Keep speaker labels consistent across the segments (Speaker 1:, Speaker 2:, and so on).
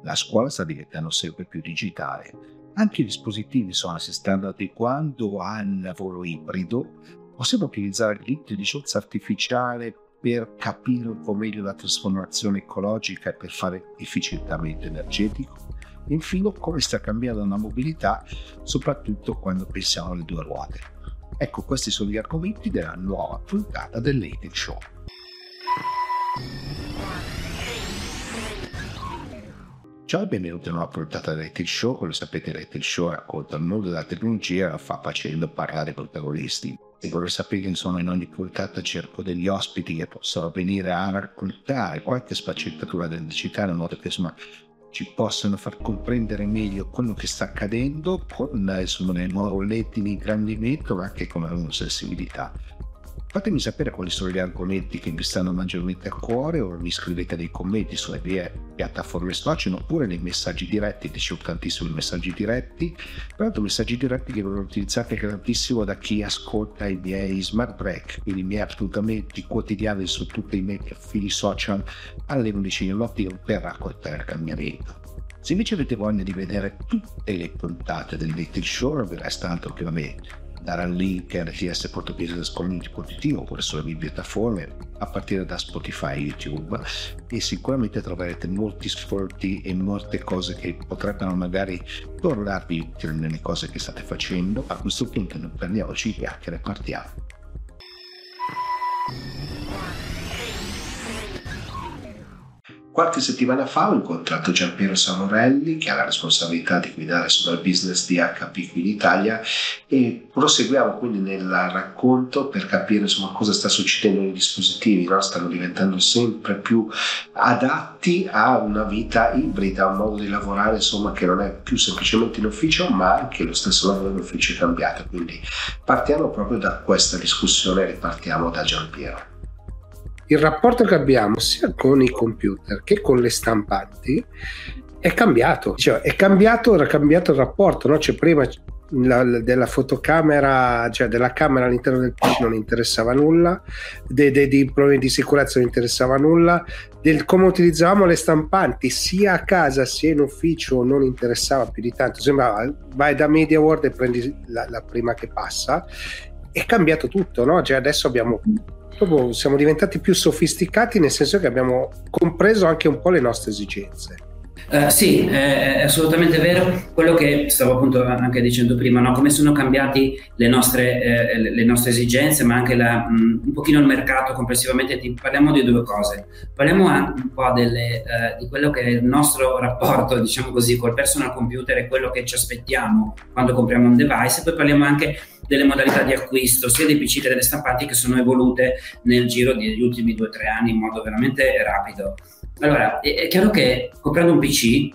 Speaker 1: La scuola sta diventando sempre più digitale. Anche i dispositivi si stanno adeguando al lavoro ibrido. Possiamo utilizzare l'intelligenza artificiale per capire un po' meglio la trasformazione ecologica e per fare efficientamento energetico. Infine, come sta cambiando la mobilità, soprattutto quando pensiamo alle due ruote. Ecco, questi sono gli argomenti della nuova puntata del Late Show. Ciao e benvenuti a una nuova puntata del Retail Show. Come sapete, il Retail Show racconta il mondo della tecnologia e la fa facendo parlare i protagonisti. Se vorrei sapere, insomma, in ogni puntata cerco degli ospiti che possono venire a raccontare qualche sfaccettatura del digitale, in modo che insomma ci possano far comprendere meglio quello che sta accadendo con le nuove lenti di ingrandimento, ma anche con la loro sensibilità. Fatemi sapere quali sono gli argomenti che vi stanno maggiormente a cuore, o mi scrivete nei commenti sulle mie piattaforme social oppure nei messaggi diretti. Dicevo tantissimi messaggi diretti, peraltro messaggi diretti che vengono utilizzati tantissimo da chi ascolta i miei smart break, quindi i miei appuntamenti quotidiani su tutti i miei profili social alle 11 del mattino per raccontare il cambiamento. Se invece avete voglia di vedere tutte le puntate del Little Show, vi resta altro che dare il link RTS Portobusiness.it oppure sulle mie piattaforme a partire da Spotify e YouTube, e sicuramente troverete molti spunti e molte cose che potrebbero magari tornarvi utili nelle cose che state facendo. A questo punto non perdiamoci i chiacchiere, partiamo. Qualche settimana fa ho incontrato Giampiero Samorelli, che ha la responsabilità di guidare Small Business di HP qui in Italia, e proseguiamo quindi nel racconto per capire insomma cosa sta succedendo nei dispositivi, no? Stanno diventando sempre più adatti a una vita ibrida, a un modo di lavorare insomma che non è più semplicemente in ufficio, ma anche lo stesso lavoro in ufficio è cambiato. Quindi partiamo proprio da questa discussione, ripartiamo da Giampiero.
Speaker 2: Il rapporto che abbiamo sia con i computer che con le stampanti è cambiato, era cambiato il rapporto, no? Cioè prima della fotocamera, cioè della camera all'interno del PC non interessava nulla, dei problemi di sicurezza non interessava nulla, del come utilizzavamo le stampanti sia a casa sia in ufficio non interessava più di tanto, sembrava vai da MediaWorld e prendi la prima che passa. È cambiato tutto, no? Cioè adesso siamo diventati più sofisticati, nel senso che abbiamo compreso anche un po' le nostre esigenze.
Speaker 3: Sì, è assolutamente vero quello che stavo appunto anche dicendo prima, no? Come sono cambiati le nostre esigenze, ma anche un pochino il mercato complessivamente. Parliamo di due cose. Parliamo anche un po' di quello che è il nostro rapporto, diciamo così, col personal computer e quello che ci aspettiamo quando compriamo un device, e poi parliamo anche delle modalità di acquisto sia dei PC che delle stampanti, che sono evolute nel giro degli ultimi 2 o 3 anni in modo veramente rapido. Allora, è chiaro che comprando un PC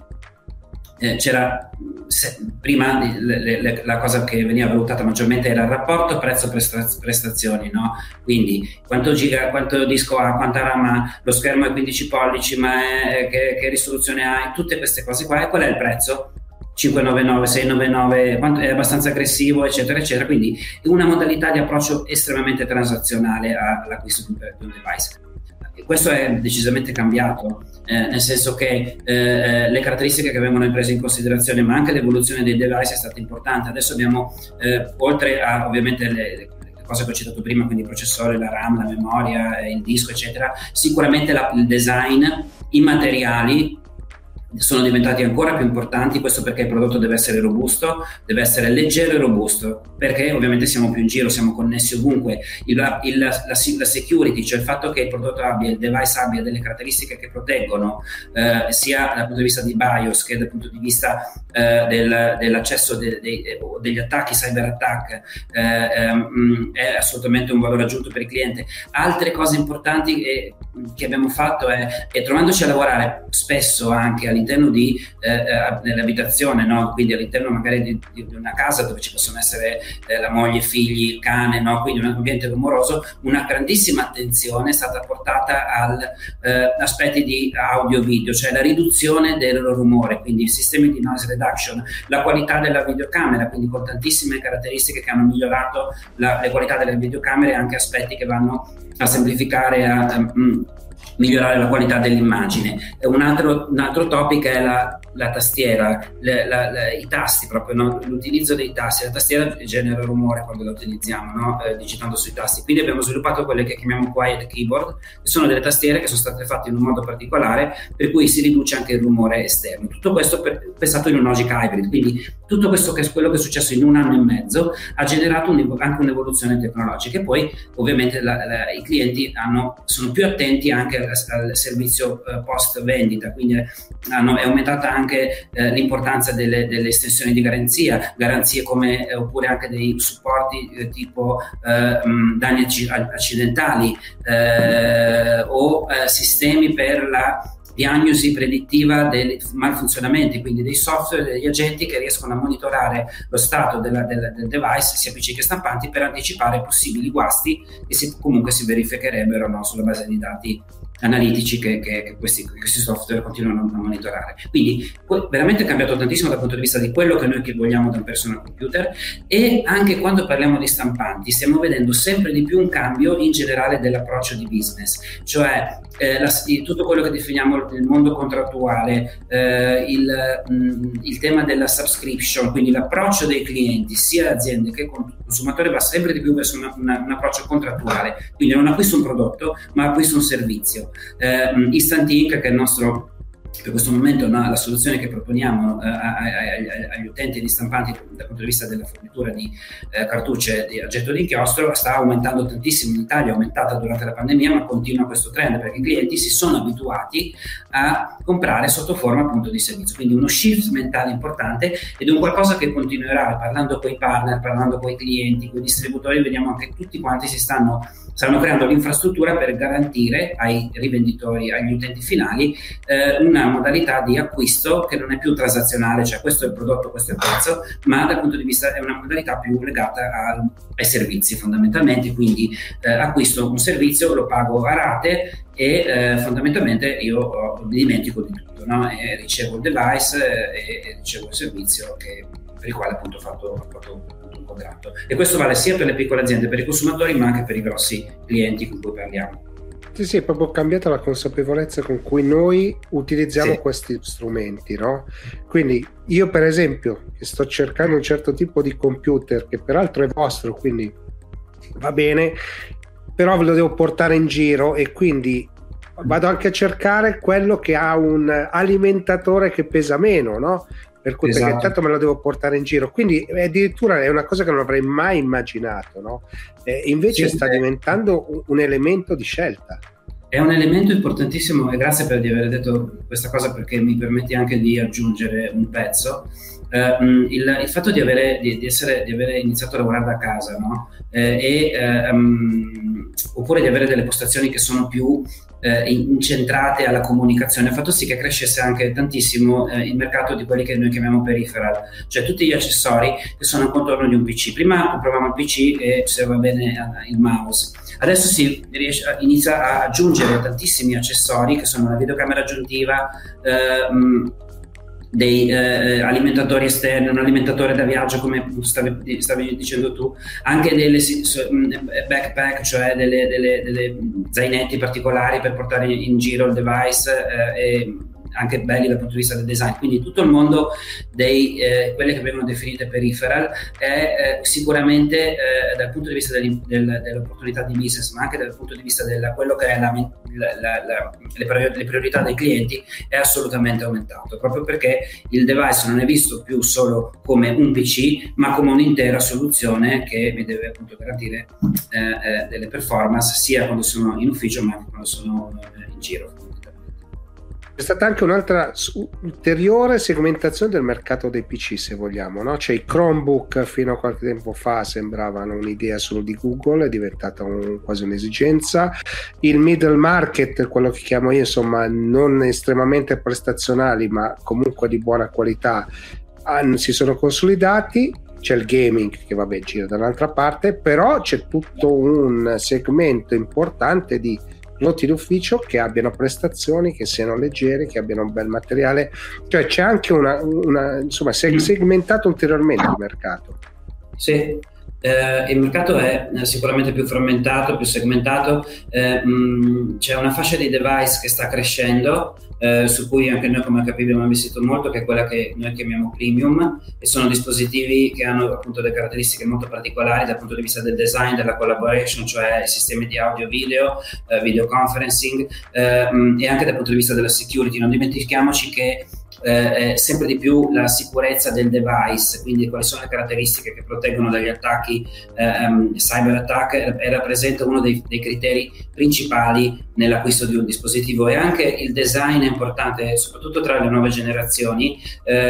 Speaker 3: c'era prima la cosa che veniva valutata maggiormente era il rapporto prezzo-prestazioni, no? Quindi quanto disco ha, quanta RAM ha, lo schermo è 15 pollici, ma che risoluzione ha, tutte queste cose qua, e qual è il prezzo? 599, 699, quanto è abbastanza aggressivo, eccetera eccetera. Quindi una modalità di approccio estremamente transazionale all'acquisto di un device. Questo è decisamente cambiato, nel senso che le caratteristiche che vengono prese in considerazione, ma anche l'evoluzione dei device è stata importante. Adesso abbiamo, oltre a ovviamente le cose che ho citato prima, quindi il processore, la RAM, la memoria, il disco, eccetera, sicuramente il design, i materiali sono diventati ancora più importanti. Questo perché il prodotto deve essere robusto, deve essere leggero e robusto, perché ovviamente siamo più in giro, siamo connessi ovunque. La security, cioè il fatto che il prodotto il device abbia delle caratteristiche che proteggono sia dal punto di vista di BIOS che dal punto di vista dell'accesso degli attacchi, cyber attack, è assolutamente un valore aggiunto per il cliente. Altre cose importanti che abbiamo fatto è trovandoci a lavorare spesso anche all'interno dell'abitazione, no? Quindi all'interno magari di una casa dove ci possono essere la moglie, i figli, il cane, no? Quindi un ambiente rumoroso, una grandissima attenzione è stata portata agli aspetti di audio video, cioè la riduzione del rumore, quindi i sistemi di noise reduction, la qualità della videocamera, quindi con tantissime caratteristiche che hanno migliorato le qualità delle videocamere, e anche aspetti che vanno a semplificare, migliorare la qualità dell'immagine. Un altro topic è la tastiera, i tasti proprio, no? L'utilizzo dei tasti. La tastiera genera rumore quando la utilizziamo, no? Digitando sui tasti. Quindi abbiamo sviluppato quelle che chiamiamo quiet keyboard, che sono delle tastiere che sono state fatte in un modo particolare per cui si riduce anche il rumore esterno. Tutto questo pensato in un Logic Hybrid, quindi tutto questo che è quello che è successo in 1 anno e mezzo ha generato anche un'evoluzione tecnologica, e poi ovviamente i clienti sono più attenti anche al servizio post vendita, quindi è aumentata anche l'importanza delle estensioni di garanzie come oppure anche dei supporti tipo danni accidentali o sistemi per la diagnosi predittiva dei malfunzionamenti, quindi dei software, degli agenti che riescono a monitorare lo stato del device, sia PC che stampanti, per anticipare possibili guasti che comunque si verificherebbero, no, sulla base di dati analitici che questi software continuano a monitorare. Quindi veramente è cambiato tantissimo dal punto di vista di quello che noi vogliamo da un personal computer, e anche quando parliamo di stampanti stiamo vedendo sempre di più un cambio in generale dell'approccio di business, cioè tutto quello che definiamo il mondo contrattuale, il tema della subscription, quindi l'approccio dei clienti, sia aziende che consumatori, va sempre di più verso un approccio contrattuale, quindi non acquisto un prodotto ma acquisto un servizio. Instant Ink, che è il nostro, per questo momento, la soluzione che proponiamo agli utenti di stampanti dal punto di vista della fornitura di cartucce a getto di inchiostro, sta aumentando tantissimo in Italia, è aumentata durante la pandemia, ma continua questo trend perché i clienti si sono abituati a comprare sotto forma appunto di servizio, quindi uno shift mentale importante, ed è un qualcosa che continuerà. Parlando con i partner, parlando con i clienti, con i distributori, vediamo che tutti quanti stanno creando l'infrastruttura per garantire ai rivenditori, agli utenti finali, una modalità di acquisto che non è più transazionale, cioè questo è il prodotto, questo è il prezzo, ma dal punto di vista è una modalità più legata ai servizi fondamentalmente, quindi acquisto un servizio, lo pago a rate e fondamentalmente io mi dimentico di tutto, no? E ricevo il device e ricevo il servizio per il quale appunto ho fatto un contratto. E questo vale sia per le piccole aziende, per i consumatori, ma anche per i grossi clienti con cui parliamo.
Speaker 2: Sì, è proprio cambiata la consapevolezza con cui noi utilizziamo questi strumenti, no? Quindi io, per esempio, che sto cercando un certo tipo di computer, che peraltro è vostro, quindi va bene, però ve lo devo portare in giro, e quindi vado anche a cercare quello che ha un alimentatore che pesa meno, no? Per cui perché tanto me lo devo portare in giro, quindi addirittura è una cosa che non avrei mai immaginato, no? Invece sta diventando un elemento di scelta.
Speaker 3: È un elemento importantissimo, e grazie per aver detto questa cosa, perché mi permette anche di aggiungere un pezzo. Il fatto di avere iniziato a lavorare da casa, no? Oppure di avere delle postazioni che sono più incentrate alla comunicazione ha fatto sì che crescesse anche tantissimo il mercato di quelli che noi chiamiamo peripheral, cioè tutti gli accessori che sono al contorno di un PC. Prima compravamo il PC e ci serve bene il mouse. Adesso si inizia a aggiungere tantissimi accessori che sono la videocamera aggiuntiva, dei alimentatori esterni, un alimentatore da viaggio come stavi dicendo tu, anche delle backpack, cioè delle zainetti particolari per portare in giro il device, e anche belli dal punto di vista del design. Quindi tutto il mondo quelle che vengono definite peripheral è sicuramente dal punto di vista dell'opportunità di business, ma anche dal punto di vista di quello che è le priorità dei clienti, è assolutamente aumentato, proprio perché il device non è visto più solo come un PC, ma come un'intera soluzione che mi deve appunto garantire delle performance sia quando sono in ufficio ma anche quando sono in giro.
Speaker 2: C'è stata anche un'altra ulteriore segmentazione del mercato dei PC, se vogliamo, no? Cioè i Chromebook fino a qualche tempo fa sembravano un'idea solo di Google, è diventata quasi un'esigenza. Il middle market, quello che chiamo io, insomma, non estremamente prestazionali ma comunque di buona qualità, si sono consolidati. C'è il gaming che vabbè gira da un'altra parte, però c'è tutto un segmento importante di prodotti d'ufficio che abbiano prestazioni, che siano leggeri, che abbiano un bel materiale, cioè c'è anche insomma segmentato ulteriormente il mercato.
Speaker 3: Sì, Il mercato è sicuramente più frammentato, più segmentato, c'è una fascia di device che sta crescendo, su cui anche noi come HP abbiamo investito molto, che è quella che noi chiamiamo premium, e sono dispositivi che hanno appunto delle caratteristiche molto particolari dal punto di vista del design, della collaboration, cioè i sistemi di audio video, video conferencing, e anche dal punto di vista della security. Non dimentichiamoci che sempre di più la sicurezza del device, quindi quali sono le caratteristiche che proteggono dagli attacchi, cyber attack, rappresenta uno dei criteri principali nell'acquisto di un dispositivo. E anche il design è importante, soprattutto tra le nuove generazioni.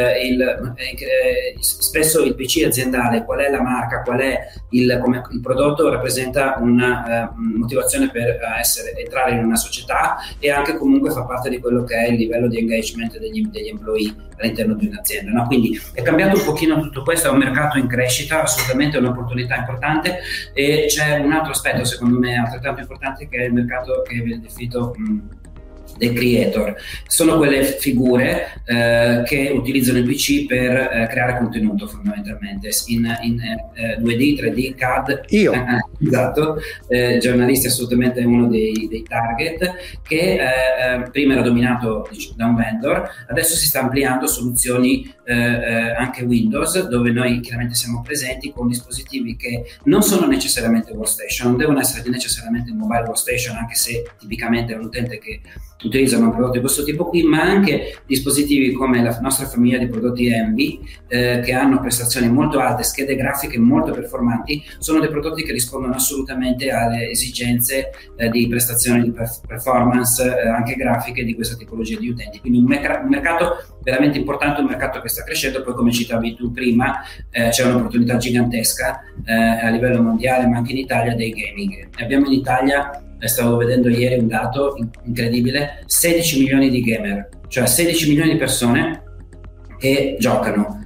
Speaker 3: Spesso il PC aziendale, qual è la marca, qual è il prodotto, rappresenta una motivazione per entrare in una società, e anche comunque fa parte di quello che è il livello di engagement degli employee all'interno di un'azienda, no? Quindi è cambiato un pochino tutto questo, è un mercato in crescita, assolutamente un'opportunità importante. E c'è un altro aspetto secondo me altrettanto importante, che è il mercato che viene definito dei creator. Sono quelle figure che utilizzano il PC per creare contenuto, fondamentalmente in 2D, 3D, CAD.
Speaker 2: Io
Speaker 3: esatto, giornalisti è assolutamente uno dei target, che prima era dominato da un vendor, adesso si sta ampliando soluzioni anche Windows, dove noi chiaramente siamo presenti con dispositivi che non sono necessariamente workstation, non devono essere necessariamente il mobile workstation, anche se tipicamente è un utente che utilizzano un prodotto di questo tipo qui, ma anche dispositivi come la nostra famiglia di prodotti Envy, che hanno prestazioni molto alte, schede grafiche molto performanti. Sono dei prodotti che rispondono assolutamente alle esigenze di prestazioni di performance, anche grafiche, di questa tipologia di utenti. Quindi un mercato veramente importante, un mercato che sta crescendo. Poi, come citavi tu prima, c'è un'opportunità gigantesca a livello mondiale, ma anche in Italia, dei gaming. Abbiamo in Italia, stavo vedendo ieri un dato incredibile, 16 milioni di gamer, cioè 16 milioni di persone che giocano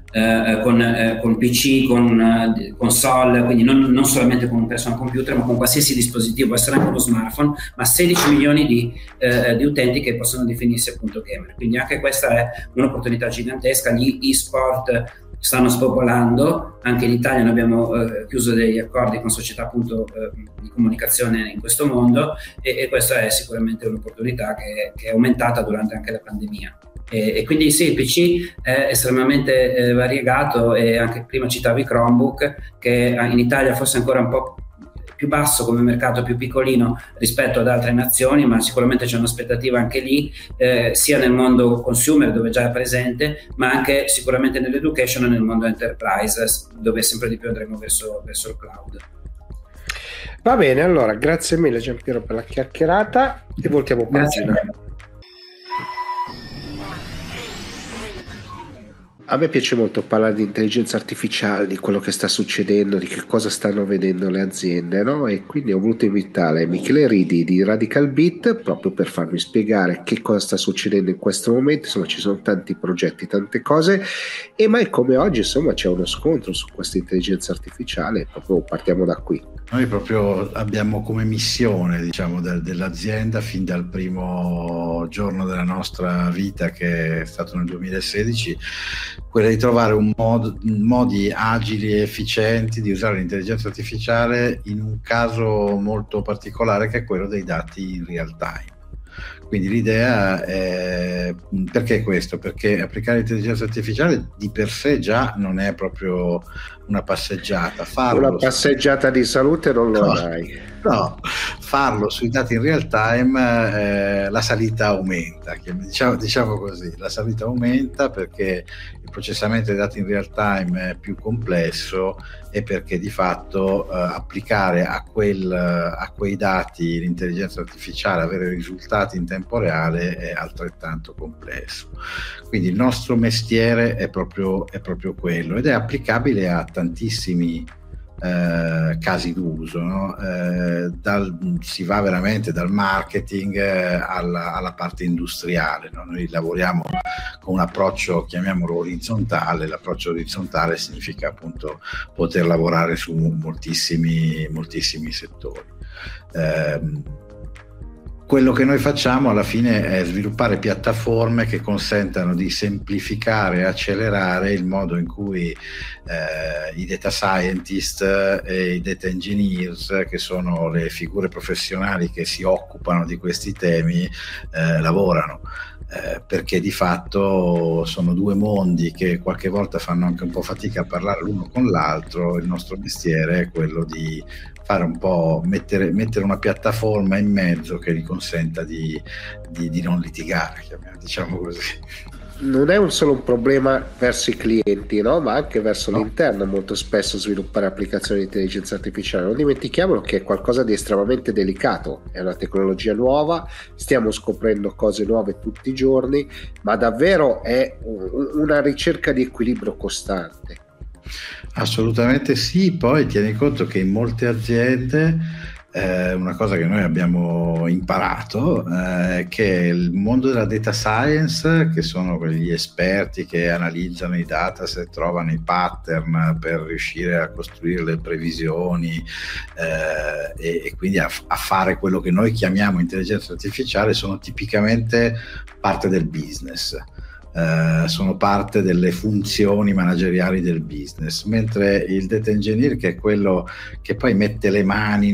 Speaker 3: con PC, con console, quindi non solamente con un personal computer, ma con qualsiasi dispositivo, può essere anche uno smartphone, ma 16 milioni di utenti che possono definirsi appunto gamer. Quindi anche questa è un'opportunità gigantesca. Gli e-sport stanno spopolando, anche in Italia noi abbiamo chiuso degli accordi con società appunto di comunicazione in questo mondo, e questa è sicuramente un'opportunità che è aumentata durante anche la pandemia. E quindi sì, il PC è estremamente variegato, e anche prima citavi Chromebook, che in Italia forse ancora un po' più basso come mercato, più piccolino rispetto ad altre nazioni, ma sicuramente c'è un'aspettativa anche lì, sia nel mondo consumer, dove già è presente, ma anche sicuramente nell'education e nel mondo enterprise, dove sempre di più andremo verso il cloud.
Speaker 2: Va bene, allora grazie mille Giampiero per la chiacchierata, e voltiamo pagina. A me piace molto parlare di intelligenza artificiale, di quello che sta succedendo, di che cosa stanno vedendo le aziende, no? E quindi ho voluto invitare Michele Ridi di Radical Bit proprio per farmi spiegare che cosa sta succedendo in questo momento. Insomma, ci sono tanti progetti, tante cose, e mai come oggi, insomma, c'è uno scontro su questa intelligenza artificiale. Proprio partiamo da qui.
Speaker 4: Noi proprio abbiamo come missione, diciamo, dell'azienda, fin dal primo giorno della nostra vita, che è stato nel 2016, quella di trovare modi agili e efficienti di usare l'intelligenza artificiale in un caso molto particolare, che è quello dei dati in real time. Quindi l'idea è, perché questo? Perché applicare l'intelligenza artificiale di per sé già non è proprio una passeggiata.
Speaker 2: Una passeggiata di salute non lo hai.
Speaker 4: No, farlo sui dati in real time, la salita aumenta, diciamo così, la salita aumenta perché il processamento dei dati in real time è più complesso, e perché di fatto applicare a quei dati l'intelligenza artificiale, avere risultati in tempo reale, è altrettanto complesso. Quindi il nostro mestiere è proprio quello, ed è applicabile a tantissimi casi d'uso, no? Si va veramente dal marketing alla parte industriale, no? Noi lavoriamo con un approccio, chiamiamolo orizzontale. L'approccio orizzontale significa appunto poter lavorare su moltissimi settori. quello che noi facciamo alla fine è sviluppare piattaforme che consentano di semplificare e accelerare il modo in cui i data scientist e i data engineers, che sono le figure professionali che si occupano di questi temi, lavorano. Perché di fatto sono due mondi che qualche volta fanno anche un po' fatica a parlare l'uno con l'altro. Il nostro mestiere è quello di fare un po', mettere una piattaforma in mezzo che gli consenta di non litigare, diciamo così.
Speaker 2: Non è solo un problema verso i clienti, no? Ma anche verso l'interno. Molto spesso sviluppare applicazioni di intelligenza artificiale, non dimentichiamolo che è qualcosa di estremamente delicato, è una tecnologia nuova, stiamo scoprendo cose nuove tutti i giorni, ma davvero è una ricerca di equilibrio costante.
Speaker 4: Assolutamente sì. Poi tieni conto che in molte aziende una cosa che noi abbiamo imparato è che il mondo della data science, che sono quegli esperti che analizzano i dataset, trovano i pattern per riuscire a costruire le previsioni e quindi a fare quello che noi chiamiamo intelligenza artificiale, sono tipicamente parte del business. Sono parte delle funzioni manageriali del business, mentre il data engineer, che è quello che poi mette le mani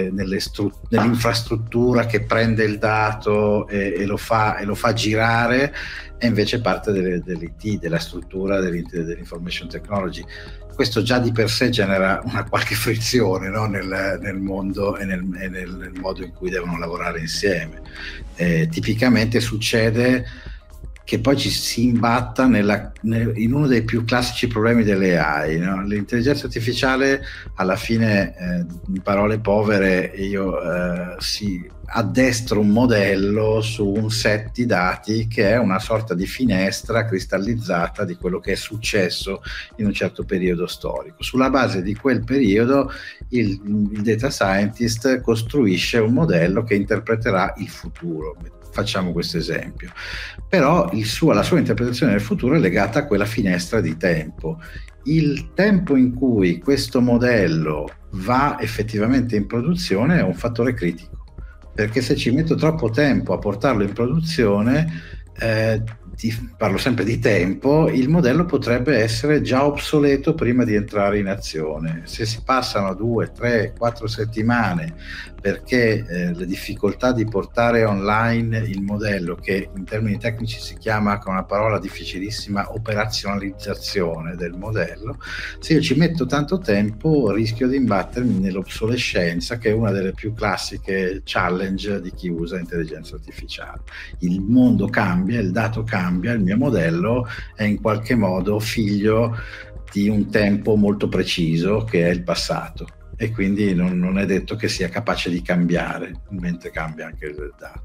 Speaker 4: nell'infrastruttura, che prende il dato e lo fa girare, è invece parte dell'IT, della struttura dell'information technology. Questo già di per sé genera una qualche frizione, no? nel mondo e nel modo in cui devono lavorare insieme. Tipicamente succede che poi ci si imbatta in uno dei più classici problemi delle AI, no? L'intelligenza artificiale, alla fine, in parole povere, io si addestro un modello su un set di dati che è una sorta di finestra cristallizzata di quello che è successo in un certo periodo storico. Sulla base di quel periodo il data scientist costruisce un modello che interpreterà il futuro. Facciamo questo esempio, però la sua interpretazione del futuro è legata a quella finestra di tempo. Il tempo in cui questo modello va effettivamente in produzione è un fattore critico, perché se ci metto troppo tempo a portarlo in produzione, parlo sempre di tempo, il modello potrebbe essere già obsoleto prima di entrare in azione. Se si passano 2, 3, 4 settimane perché le difficoltà di portare online il modello, che in termini tecnici si chiama, con una parola difficilissima, operazionalizzazione del modello, se io ci metto tanto tempo rischio di imbattermi nell'obsolescenza, che è una delle più classiche challenge di chi usa intelligenza artificiale. Il mondo cambia, il dato cambia, il mio modello è in qualche modo figlio di un tempo molto preciso che è il passato, e quindi non è detto che sia capace di cambiare mentre cambia anche il dato.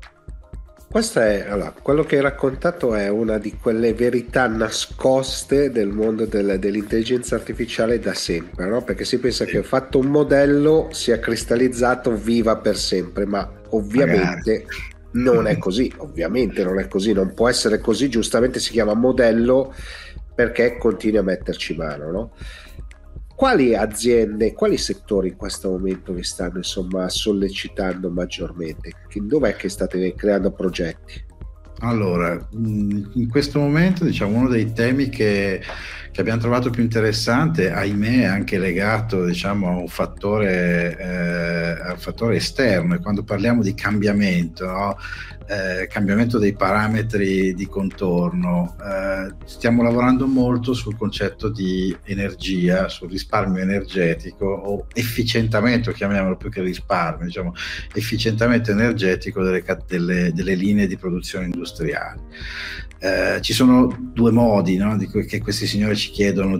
Speaker 2: Quello che hai raccontato è una di quelle verità nascoste del mondo dell'intelligenza artificiale da sempre, no? Perché si pensa che fatto un modello sia cristallizzato, viva per sempre, ma ovviamente non è così, non può essere così, giustamente si chiama modello perché continui a metterci mano, no? Quali aziende, quali settori in questo momento vi stanno sollecitando maggiormente? Dov'è che state creando progetti?
Speaker 4: Allora, in questo momento, diciamo, uno dei temi che abbiamo trovato più interessante, ahimè, è anche legato, diciamo, a un fattore esterno. E quando parliamo di cambiamento, no? Cambiamento dei parametri di contorno, stiamo lavorando molto sul concetto di energia, sul risparmio energetico, o efficientamento, chiamiamolo, più che risparmio, diciamo efficientamento energetico delle linee di produzione industriali. Ci sono due modi, no, che questi signori ci chiedono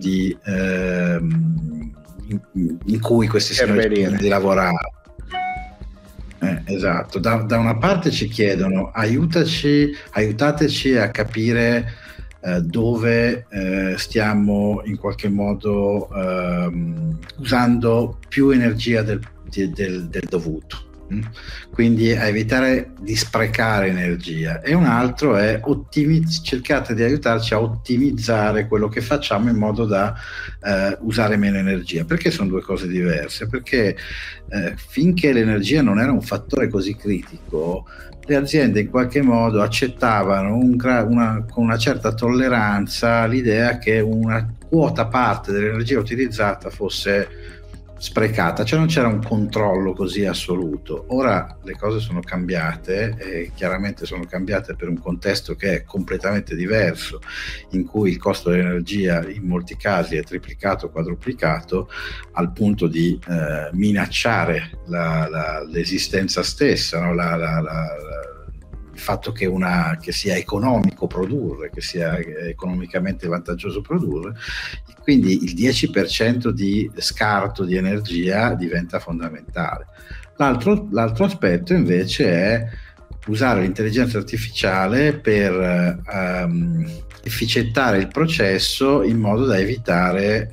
Speaker 4: in cui questi signori ci chiedono di lavorare. Esatto, da una parte ci chiedono aiutateci a capire dove stiamo in qualche modo usando più energia del dovuto. quindi a evitare di sprecare energia, e un altro è cercate di aiutarci a ottimizzare quello che facciamo in modo da usare meno energia. Perché sono due cose diverse? Perché finché l'energia non era un fattore così critico, le aziende in qualche modo accettavano con una certa tolleranza l'idea che una quota parte dell'energia utilizzata fosse sprecata, cioè non c'era un controllo così assoluto. Ora le cose sono cambiate, e chiaramente sono cambiate per un contesto che è completamente diverso, in cui il costo dell'energia in molti casi è triplicato, quadruplicato, al punto di minacciare l'esistenza stessa, no? Il fatto che sia economico produrre, che sia economicamente vantaggioso produrre, quindi il 10% di scarto di energia diventa fondamentale. L'altro aspetto invece è usare l'intelligenza artificiale per efficientare il processo in modo da evitare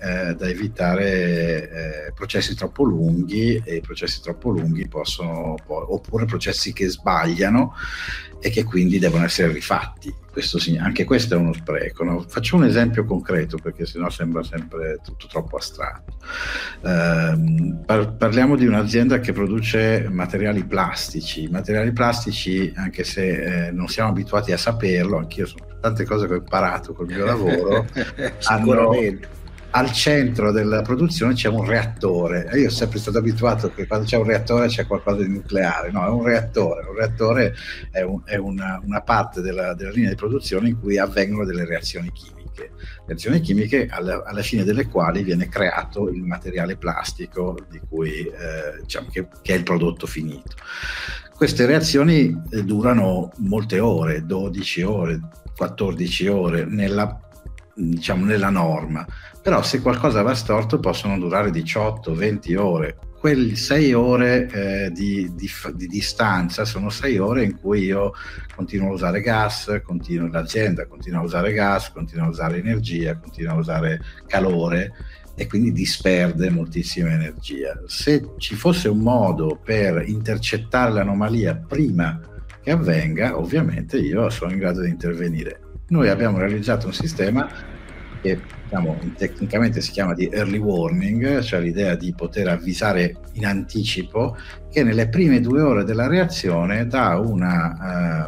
Speaker 4: processi troppo lunghi, e i processi troppo lunghi oppure processi che sbagliano e che quindi devono essere rifatti. Anche questo è uno spreco, no? Faccio un esempio concreto, perché sennò sembra sempre tutto troppo astratto. Parliamo di un'azienda che produce materiali plastici, anche se non siamo abituati a saperlo, anch'io sono tante cose che ho imparato col mio lavoro.
Speaker 2: Sicuramente.
Speaker 4: Al centro della produzione c'è un reattore, e io sono sempre stato abituato che quando c'è un reattore c'è qualcosa di nucleare. No, è un reattore. Un reattore è una parte della linea di produzione in cui avvengono delle reazioni chimiche alla fine delle quali viene creato il materiale plastico di cui diciamo che è il prodotto finito. Queste reazioni durano molte ore, 12 ore, 14 ore nella norma, però se qualcosa va storto possono durare 18-20 ore. Quelle 6 ore di distanza sono 6 ore in cui io continuo a usare gas, l'azienda continua a usare gas, continua a usare energia, continua a usare calore, e quindi disperde moltissima energia. Se ci fosse un modo per intercettare l'anomalia prima che avvenga, ovviamente io sono in grado di intervenire. Noi abbiamo realizzato un sistema che tecnicamente si chiama di early warning, cioè l'idea di poter avvisare in anticipo, che nelle prime 2 ore della reazione dà una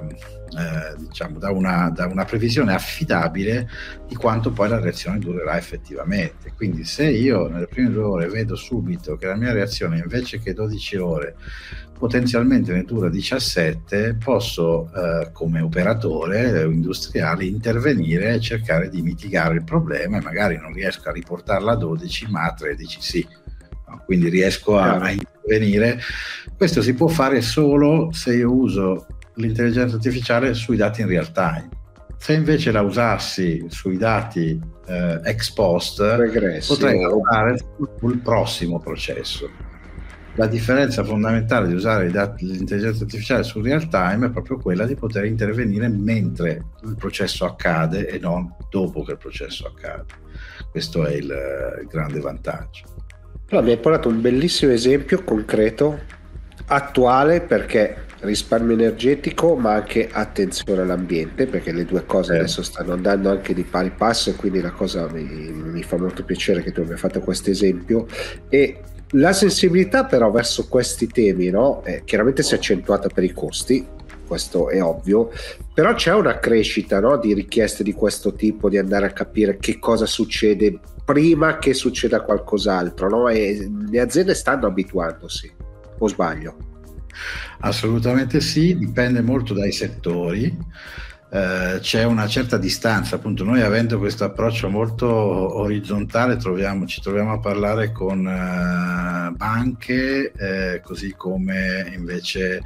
Speaker 4: previsione affidabile di quanto poi la reazione durerà effettivamente. Quindi se io nelle prime 2 ore vedo subito che la mia reazione, invece che 12 ore, potenzialmente ne dura 17, posso come operatore industriale intervenire e cercare di mitigare il problema, e magari non riesco a riportarla a 12 ma a 13 sì, no? Quindi riesco a intervenire. Questo si può fare solo se io uso l'intelligenza artificiale sui dati in real time. Se invece la usassi sui dati ex post, potrei lavorare sul prossimo processo. La differenza fondamentale di usare l'intelligenza artificiale sul real time è proprio quella di poter intervenire mentre il processo accade e non dopo che il processo accade. Questo è il grande vantaggio.
Speaker 2: Allora, mi hai portato un bellissimo esempio concreto, attuale, perché risparmio energetico ma anche attenzione all'ambiente, perché le due cose adesso stanno andando anche di pari passo, e quindi la cosa mi fa molto piacere che tu abbia fatto questo esempio. E la sensibilità però verso questi temi, no? Chiaramente si è accentuata per i costi, questo è ovvio, però c'è una crescita, no, di richieste di questo tipo, di andare a capire che cosa succede prima che succeda qualcos'altro, no? E le aziende stanno abituandosi, o sbaglio?
Speaker 4: Assolutamente sì, dipende molto dai settori. C'è una certa distanza, appunto. Noi, avendo questo approccio molto orizzontale, ci troviamo a parlare con banche, così come invece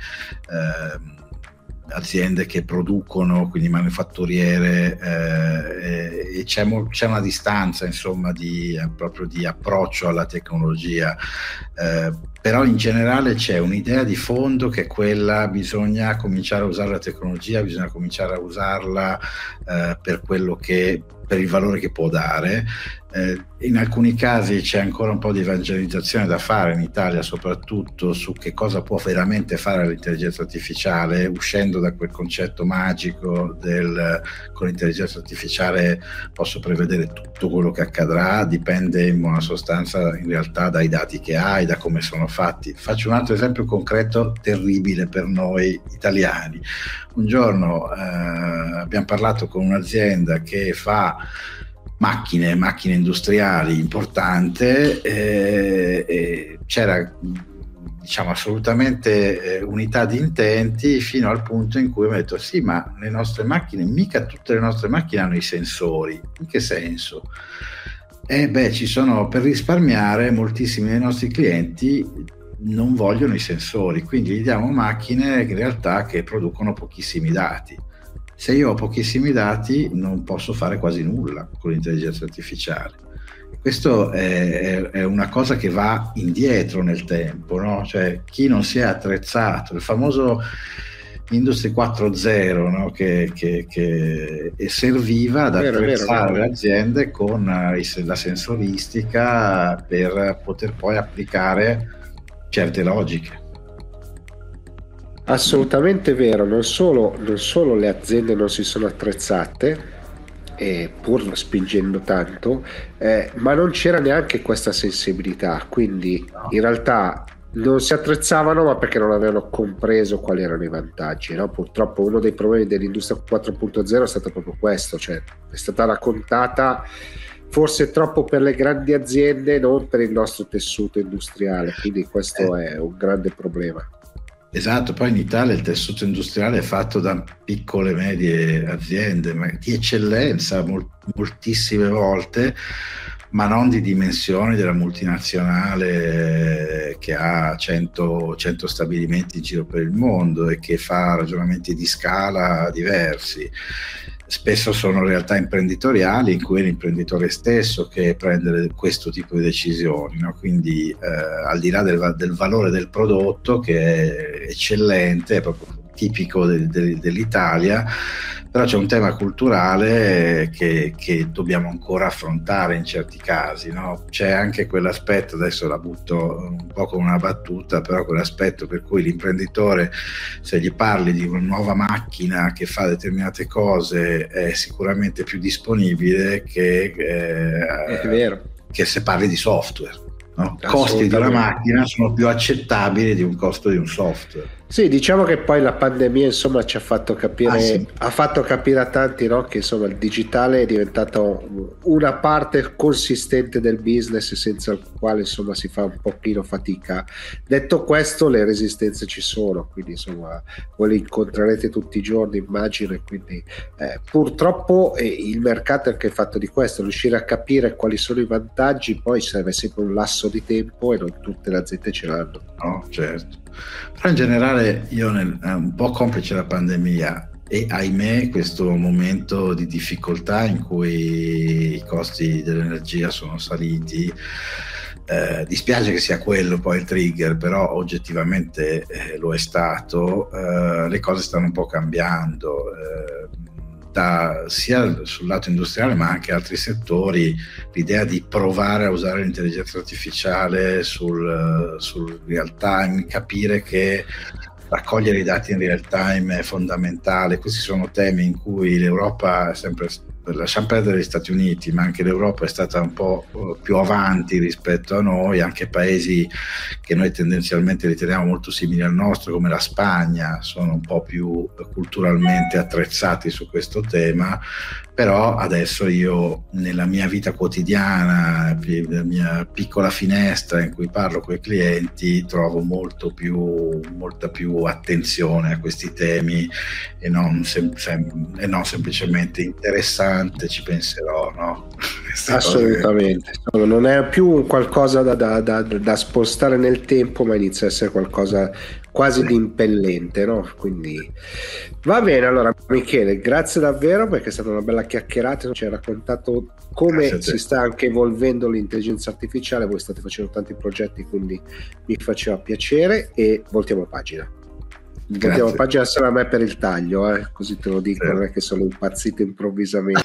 Speaker 4: aziende che producono, quindi manifatturiere, e c'è una distanza, insomma, proprio di approccio alla tecnologia. Però in generale c'è un'idea di fondo che è quella: bisogna cominciare a usare la tecnologia, bisogna cominciare a usarla per il valore che può dare. In alcuni casi c'è ancora un po' di evangelizzazione da fare in Italia, soprattutto su che cosa può veramente fare l'intelligenza artificiale, uscendo da quel concetto magico con l'intelligenza artificiale posso prevedere tutto quello che accadrà. Dipende in buona sostanza in realtà dai dati che hai, da come sono fatti. Faccio un altro esempio concreto terribile per noi italiani. Un giorno abbiamo parlato con un'azienda che fa macchine industriali importante, c'era assolutamente unità di intenti, fino al punto in cui mi ha detto: sì, ma le nostre macchine, mica tutte le nostre macchine hanno i sensori. In che senso? Ci sono, per risparmiare, moltissimi dei nostri clienti non vogliono i sensori, quindi gli diamo macchine in realtà che producono pochissimi dati. Se io ho pochissimi dati non posso fare quasi nulla con l'intelligenza artificiale. Questo è una cosa che va indietro nel tempo, no? Cioè, chi non si è attrezzato, il famoso Industry 4.0, no? che serviva ad attrezzare le aziende con la sensoristica per poter poi applicare certe logiche.
Speaker 2: Assolutamente vero, non solo le aziende non si sono attrezzate, pur spingendo tanto, ma non c'era neanche questa sensibilità, quindi in realtà non si attrezzavano, ma perché non avevano compreso quali erano i vantaggi, no? Purtroppo uno dei problemi dell'industria 4.0 è stato proprio questo, cioè è stata raccontata forse troppo per le grandi aziende, non per il nostro tessuto industriale, quindi questo è un grande problema.
Speaker 4: Esatto, poi in Italia il tessuto industriale è fatto da piccole e medie aziende, ma di eccellenza moltissime volte, ma non di dimensioni della multinazionale che ha 100 stabilimenti in giro per il mondo e che fa ragionamenti di scala diversi. Spesso sono realtà imprenditoriali in cui è l'imprenditore stesso che prende questo tipo di decisioni, no? Quindi al di là del valore del prodotto, che è eccellente, è proprio tipico dell'Italia, però c'è un tema culturale che dobbiamo ancora affrontare in certi casi, no? C'è anche quell'aspetto, adesso la butto un po' come una battuta, però quell'aspetto per cui l'imprenditore, se gli parli di una nuova macchina che fa determinate cose, è sicuramente più disponibile che se parli di software, no? Costi di una macchina sono più accettabili di un costo di un software.
Speaker 2: Sì, diciamo che poi la pandemia insomma ci ha fatto capire, ha fatto capire a tanti, no, che insomma il digitale è diventato una parte consistente del business senza il quale insomma si fa un pochino fatica. Detto questo, le resistenze ci sono, quindi insomma voi le incontrerete tutti i giorni, immagino, e quindi purtroppo il mercato è anche fatto di questo, riuscire a capire quali sono i vantaggi, poi serve sempre un lasso di tempo e non tutte le aziende ce l'hanno.
Speaker 4: No, certo. Però in generale io un po' complice la pandemia e ahimè questo momento di difficoltà in cui i costi dell'energia sono saliti, dispiace che sia quello poi il trigger, però oggettivamente lo è stato. Le cose stanno un po' cambiando, sia sul lato industriale ma anche altri settori. L'idea di provare a usare l'intelligenza artificiale sul real time, capire che raccogliere i dati in real time è fondamentale. Questi sono temi in cui l'Europa è sempre, lasciamo perdere gli Stati Uniti, ma anche l'Europa è stata un po' più avanti rispetto a noi. Anche paesi che noi tendenzialmente riteniamo molto simili al nostro, come la Spagna, sono un po' più culturalmente attrezzati su questo tema. Però adesso io, nella mia vita quotidiana, nella mia piccola finestra in cui parlo con i clienti, trovo molta più attenzione a questi temi e non semplicemente interessante, ci penserò, no?
Speaker 2: Assolutamente, non è più qualcosa da spostare nel tempo, ma inizia a essere qualcosa quasi di impellente, no? Quindi va bene. Allora Michele, grazie davvero, perché è stata una bella chiacchierata, ci hai raccontato come si sta anche evolvendo l'intelligenza artificiale. Voi state facendo tanti progetti, quindi mi faceva piacere, e voltiamo pagina. Voltiamo pagina solo a me per il taglio, così te lo dico, non è che sono impazzito improvvisamente.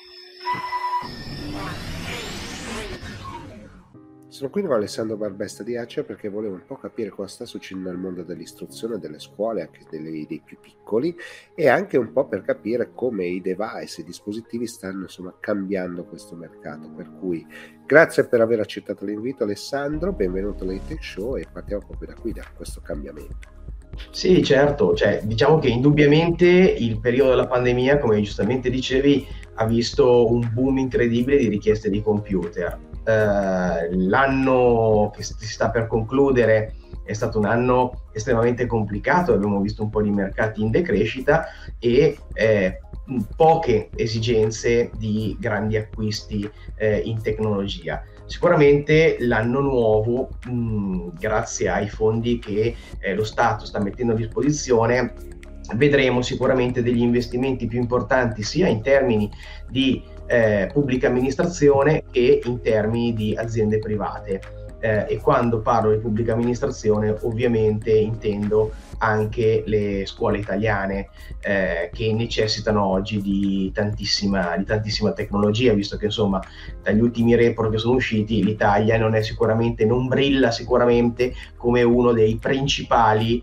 Speaker 2: Sono qui con Alessandro Barbesta di Acea perché volevo un po' capire cosa sta succedendo nel mondo dell'istruzione, delle scuole, anche dei più piccoli, e anche un po' per capire come i device, i dispositivi stanno insomma cambiando questo mercato. Per cui grazie per aver accettato l'invito Alessandro, benvenuto all'High Tech Show, e partiamo proprio da qui, da questo cambiamento.
Speaker 5: Sì, certo, diciamo che indubbiamente il periodo della pandemia, come giustamente dicevi, ha visto un boom incredibile di richieste di computer. L'anno che si sta per concludere è stato un anno estremamente complicato, abbiamo visto un po' di mercati in decrescita e poche esigenze di grandi acquisti in tecnologia. Sicuramente l'anno nuovo, grazie ai fondi che lo Stato sta mettendo a disposizione, vedremo sicuramente degli investimenti più importanti sia in termini di pubblica amministrazione che in termini di aziende private. E quando parlo di pubblica amministrazione ovviamente intendo anche le scuole italiane che necessitano oggi di tantissima tecnologia, visto che insomma dagli ultimi report che sono usciti l'Italia non brilla sicuramente come uno dei principali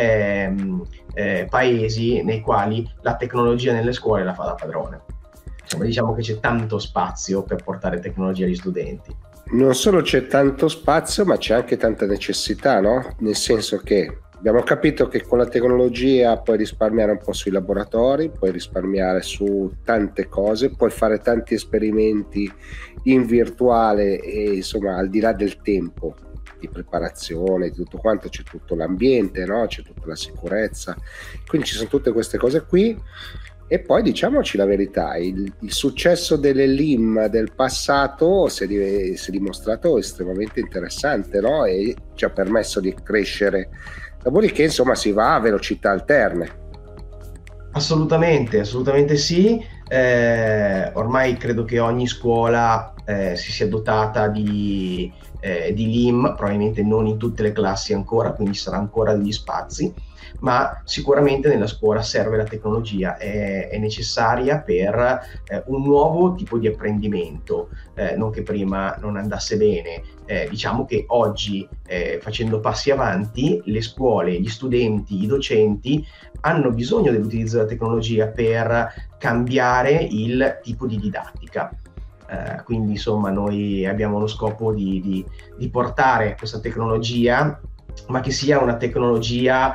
Speaker 5: paesi nei quali la tecnologia nelle scuole la fa da padrone. Insomma, diciamo che c'è tanto spazio per portare tecnologia agli studenti.
Speaker 2: Non solo c'è tanto spazio, ma c'è anche tanta necessità, no? Nel senso che abbiamo capito che con la tecnologia puoi risparmiare un po' sui laboratori, puoi risparmiare su tante cose, puoi fare tanti esperimenti in virtuale e insomma al di là del tempo di preparazione, di tutto quanto, c'è tutto l'ambiente, no? C'è tutta la sicurezza, quindi ci sono tutte queste cose qui. E poi diciamoci la verità, il successo delle LIM del passato si è dimostrato estremamente interessante, no? E ci ha permesso di crescere. Dopodiché insomma si va a velocità alterne. Assolutamente
Speaker 5: sì. Ormai credo che ogni scuola si sia dotata di LIM, probabilmente non in tutte le classi ancora, quindi ci sarà ancora degli spazi, ma sicuramente nella scuola serve la tecnologia, è necessaria per un nuovo tipo di apprendimento, non che prima non andasse bene. Diciamo che oggi, facendo passi avanti, le scuole, gli studenti, i docenti hanno bisogno dell'utilizzo della tecnologia per cambiare il tipo di didattica. Quindi insomma noi abbiamo lo scopo di portare questa tecnologia, ma che sia una tecnologia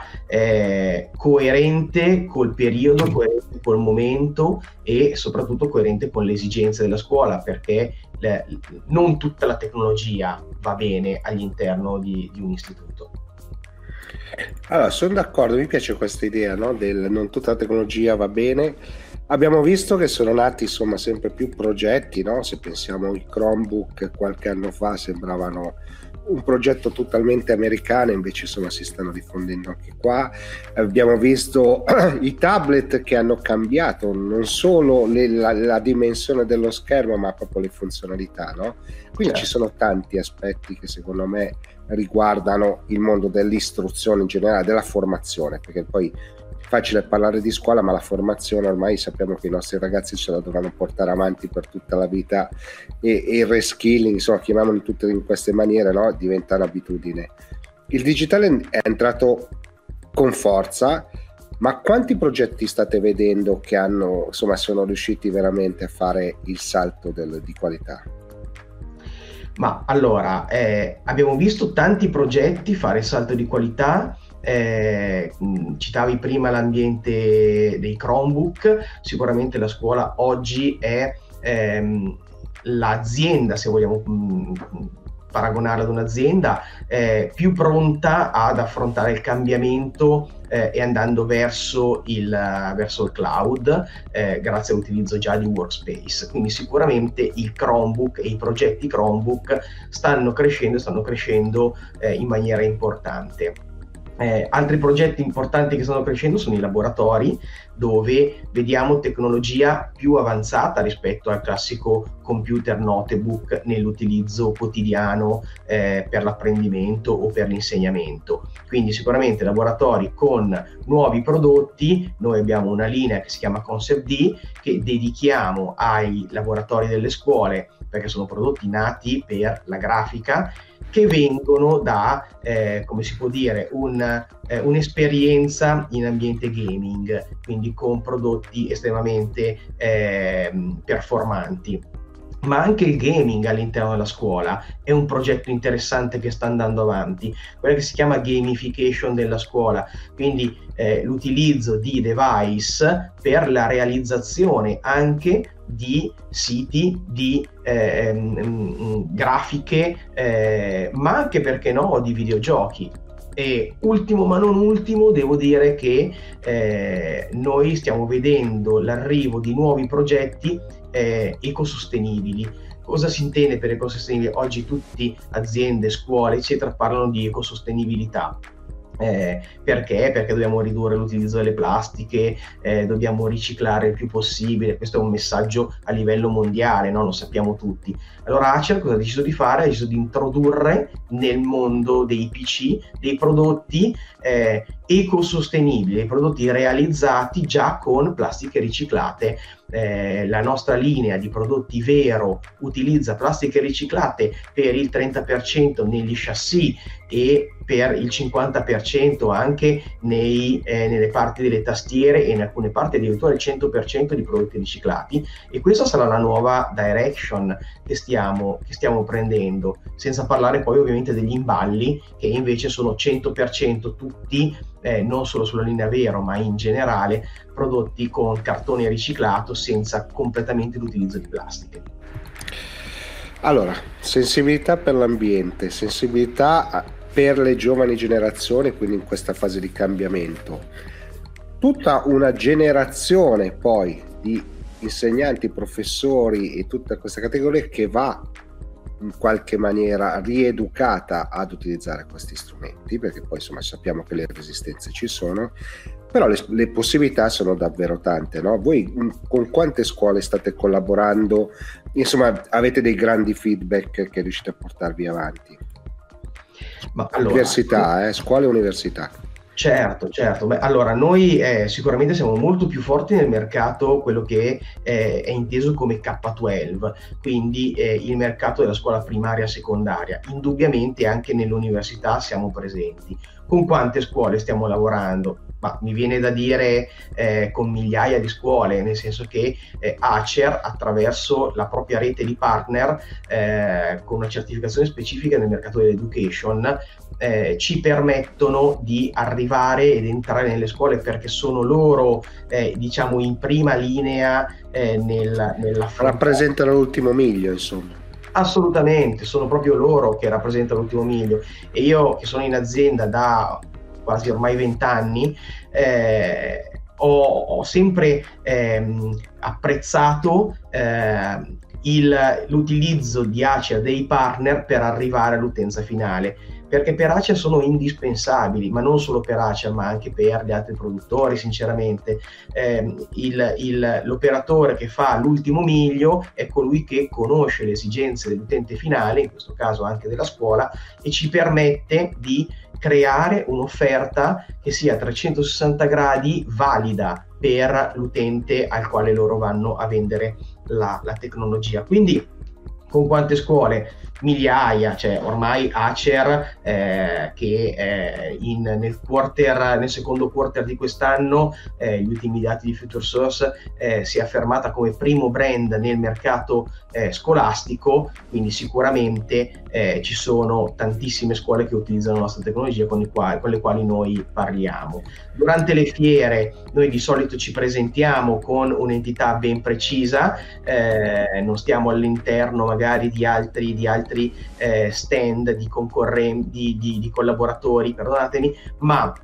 Speaker 5: coerente col periodo, coerente col momento e soprattutto coerente con le esigenze della scuola, perché non tutta la tecnologia va bene all'interno di un istituto. Allora, sono d'accordo, mi piace questa idea, no? Del non tutta la tecnologia va bene. Abbiamo visto che sono nati insomma sempre più progetti, no? Se pensiamo ai Chromebook, qualche anno fa sembravano un progetto totalmente americano, invece insomma si stanno diffondendo anche qua. Abbiamo visto i tablet che hanno cambiato non solo la dimensione dello schermo, ma proprio le funzionalità, no? Quindi ci sono tanti aspetti che secondo me riguardano il mondo dell'istruzione in generale, della formazione, perché poi è facile parlare di scuola, ma la formazione ormai sappiamo che i nostri ragazzi ce la dovranno portare avanti per tutta la vita, e il reskilling, insomma, chiamiamolo in queste maniere, no? Diventa un'abitudine. Il digitale è entrato con forza, ma quanti progetti state vedendo che sono riusciti veramente a fare il salto di qualità? Ma allora, abbiamo visto tanti progetti fare il salto di qualità. Citavi prima l'ambiente dei Chromebook, sicuramente la scuola oggi è l'azienda, se vogliamo paragonarla ad un'azienda, più pronta ad affrontare il cambiamento e andando verso il cloud, grazie all'utilizzo già di workspace. Quindi sicuramente il Chromebook e i progetti Chromebook stanno crescendo in maniera importante. Altri progetti importanti che stanno crescendo sono i laboratori, dove vediamo tecnologia più avanzata rispetto al classico computer notebook nell'utilizzo quotidiano per l'apprendimento o per l'insegnamento. Quindi sicuramente laboratori con nuovi prodotti. Noi abbiamo una linea che si chiama Concept D, che dedichiamo ai laboratori delle scuole, perché sono prodotti nati per la grafica, che vengono da, come si può dire, un'esperienza in ambiente gaming, quindi con prodotti estremamente performanti. Ma anche il gaming all'interno della scuola è un progetto interessante che sta andando avanti, quella che si chiama gamification della scuola, quindi l'utilizzo di device per la realizzazione anche di siti, di grafiche, ma anche, perché no, di videogiochi. E ultimo ma non ultimo, devo dire che noi stiamo vedendo l'arrivo di nuovi progetti ecosostenibili. Cosa si intende per ecosostenibile? Oggi tutte aziende, scuole eccetera parlano di ecosostenibilità. Perché? Perché dobbiamo ridurre l'utilizzo delle plastiche, dobbiamo riciclare il più possibile. Questo è un messaggio a livello mondiale, no? Lo sappiamo tutti. Allora Acer cosa ha deciso di fare? Ha deciso di introdurre nel mondo dei PC dei prodotti ecosostenibili, dei prodotti realizzati già con plastiche riciclate. La nostra linea di prodotti Vero utilizza plastiche riciclate per il 30% negli chassis e per il 50% anche nelle parti delle tastiere, e in alcune parti addirittura il 100% di prodotti riciclati. E questa sarà la nuova direction che stiamo prendendo, senza parlare poi ovviamente degli imballi, che invece sono 100% tutti, non solo sulla linea Vero ma in generale, prodotti con cartone riciclato, senza completamente l'utilizzo di plastiche.
Speaker 2: Allora, sensibilità per l'ambiente, sensibilità per le giovani generazioni, quindi in questa fase di cambiamento. Tutta una generazione poi di insegnanti, professori e tutta questa categoria che va in qualche maniera rieducata ad utilizzare questi strumenti, perché poi insomma sappiamo che le resistenze ci sono, però le possibilità sono davvero tante, no? Voi con quante scuole state collaborando? Insomma, avete dei grandi feedback che riuscite a portarvi avanti?
Speaker 5: Ma allora,
Speaker 2: università, scuole e università.
Speaker 5: Certo. Beh, allora noi sicuramente siamo molto più forti nel mercato, quello che è inteso come K12, quindi il mercato della scuola primaria e secondaria. Indubbiamente anche nell'università siamo presenti. Con quante scuole stiamo lavorando? Ma mi viene da dire con migliaia di scuole, nel senso che Acer, attraverso la propria rete di partner, con una certificazione specifica nel mercato dell'education, ci permettono di arrivare ed entrare nelle scuole, perché sono loro diciamo in prima linea nella
Speaker 2: rappresentano l'ultimo miglio, insomma.
Speaker 5: Assolutamente, sono proprio loro che rappresentano l'ultimo miglio. E io, che sono in azienda da quasi ormai 20 anni, ho sempre apprezzato l'utilizzo di Acer dei partner per arrivare all'utenza finale, perché per Acer sono indispensabili, ma non solo per Acer ma anche per gli altri produttori. Sinceramente l'operatore che fa l'ultimo miglio è colui che conosce le esigenze dell'utente finale, in questo caso anche della scuola, e ci permette di creare un'offerta che sia a 360 gradi valida per l'utente al quale loro vanno a vendere la tecnologia. Quindi con quante scuole? Migliaia. Cioè ormai Acer che nel secondo quarter di quest'anno, gli ultimi dati di Futuresource, si è affermata come primo brand nel mercato scolastico, quindi sicuramente ci sono tantissime scuole che utilizzano la nostra tecnologia con le quali noi parliamo. Durante le fiere noi di solito ci presentiamo con un'entità ben precisa, non stiamo all'interno magari di altri stand di collaboratori, perdonatemi, ma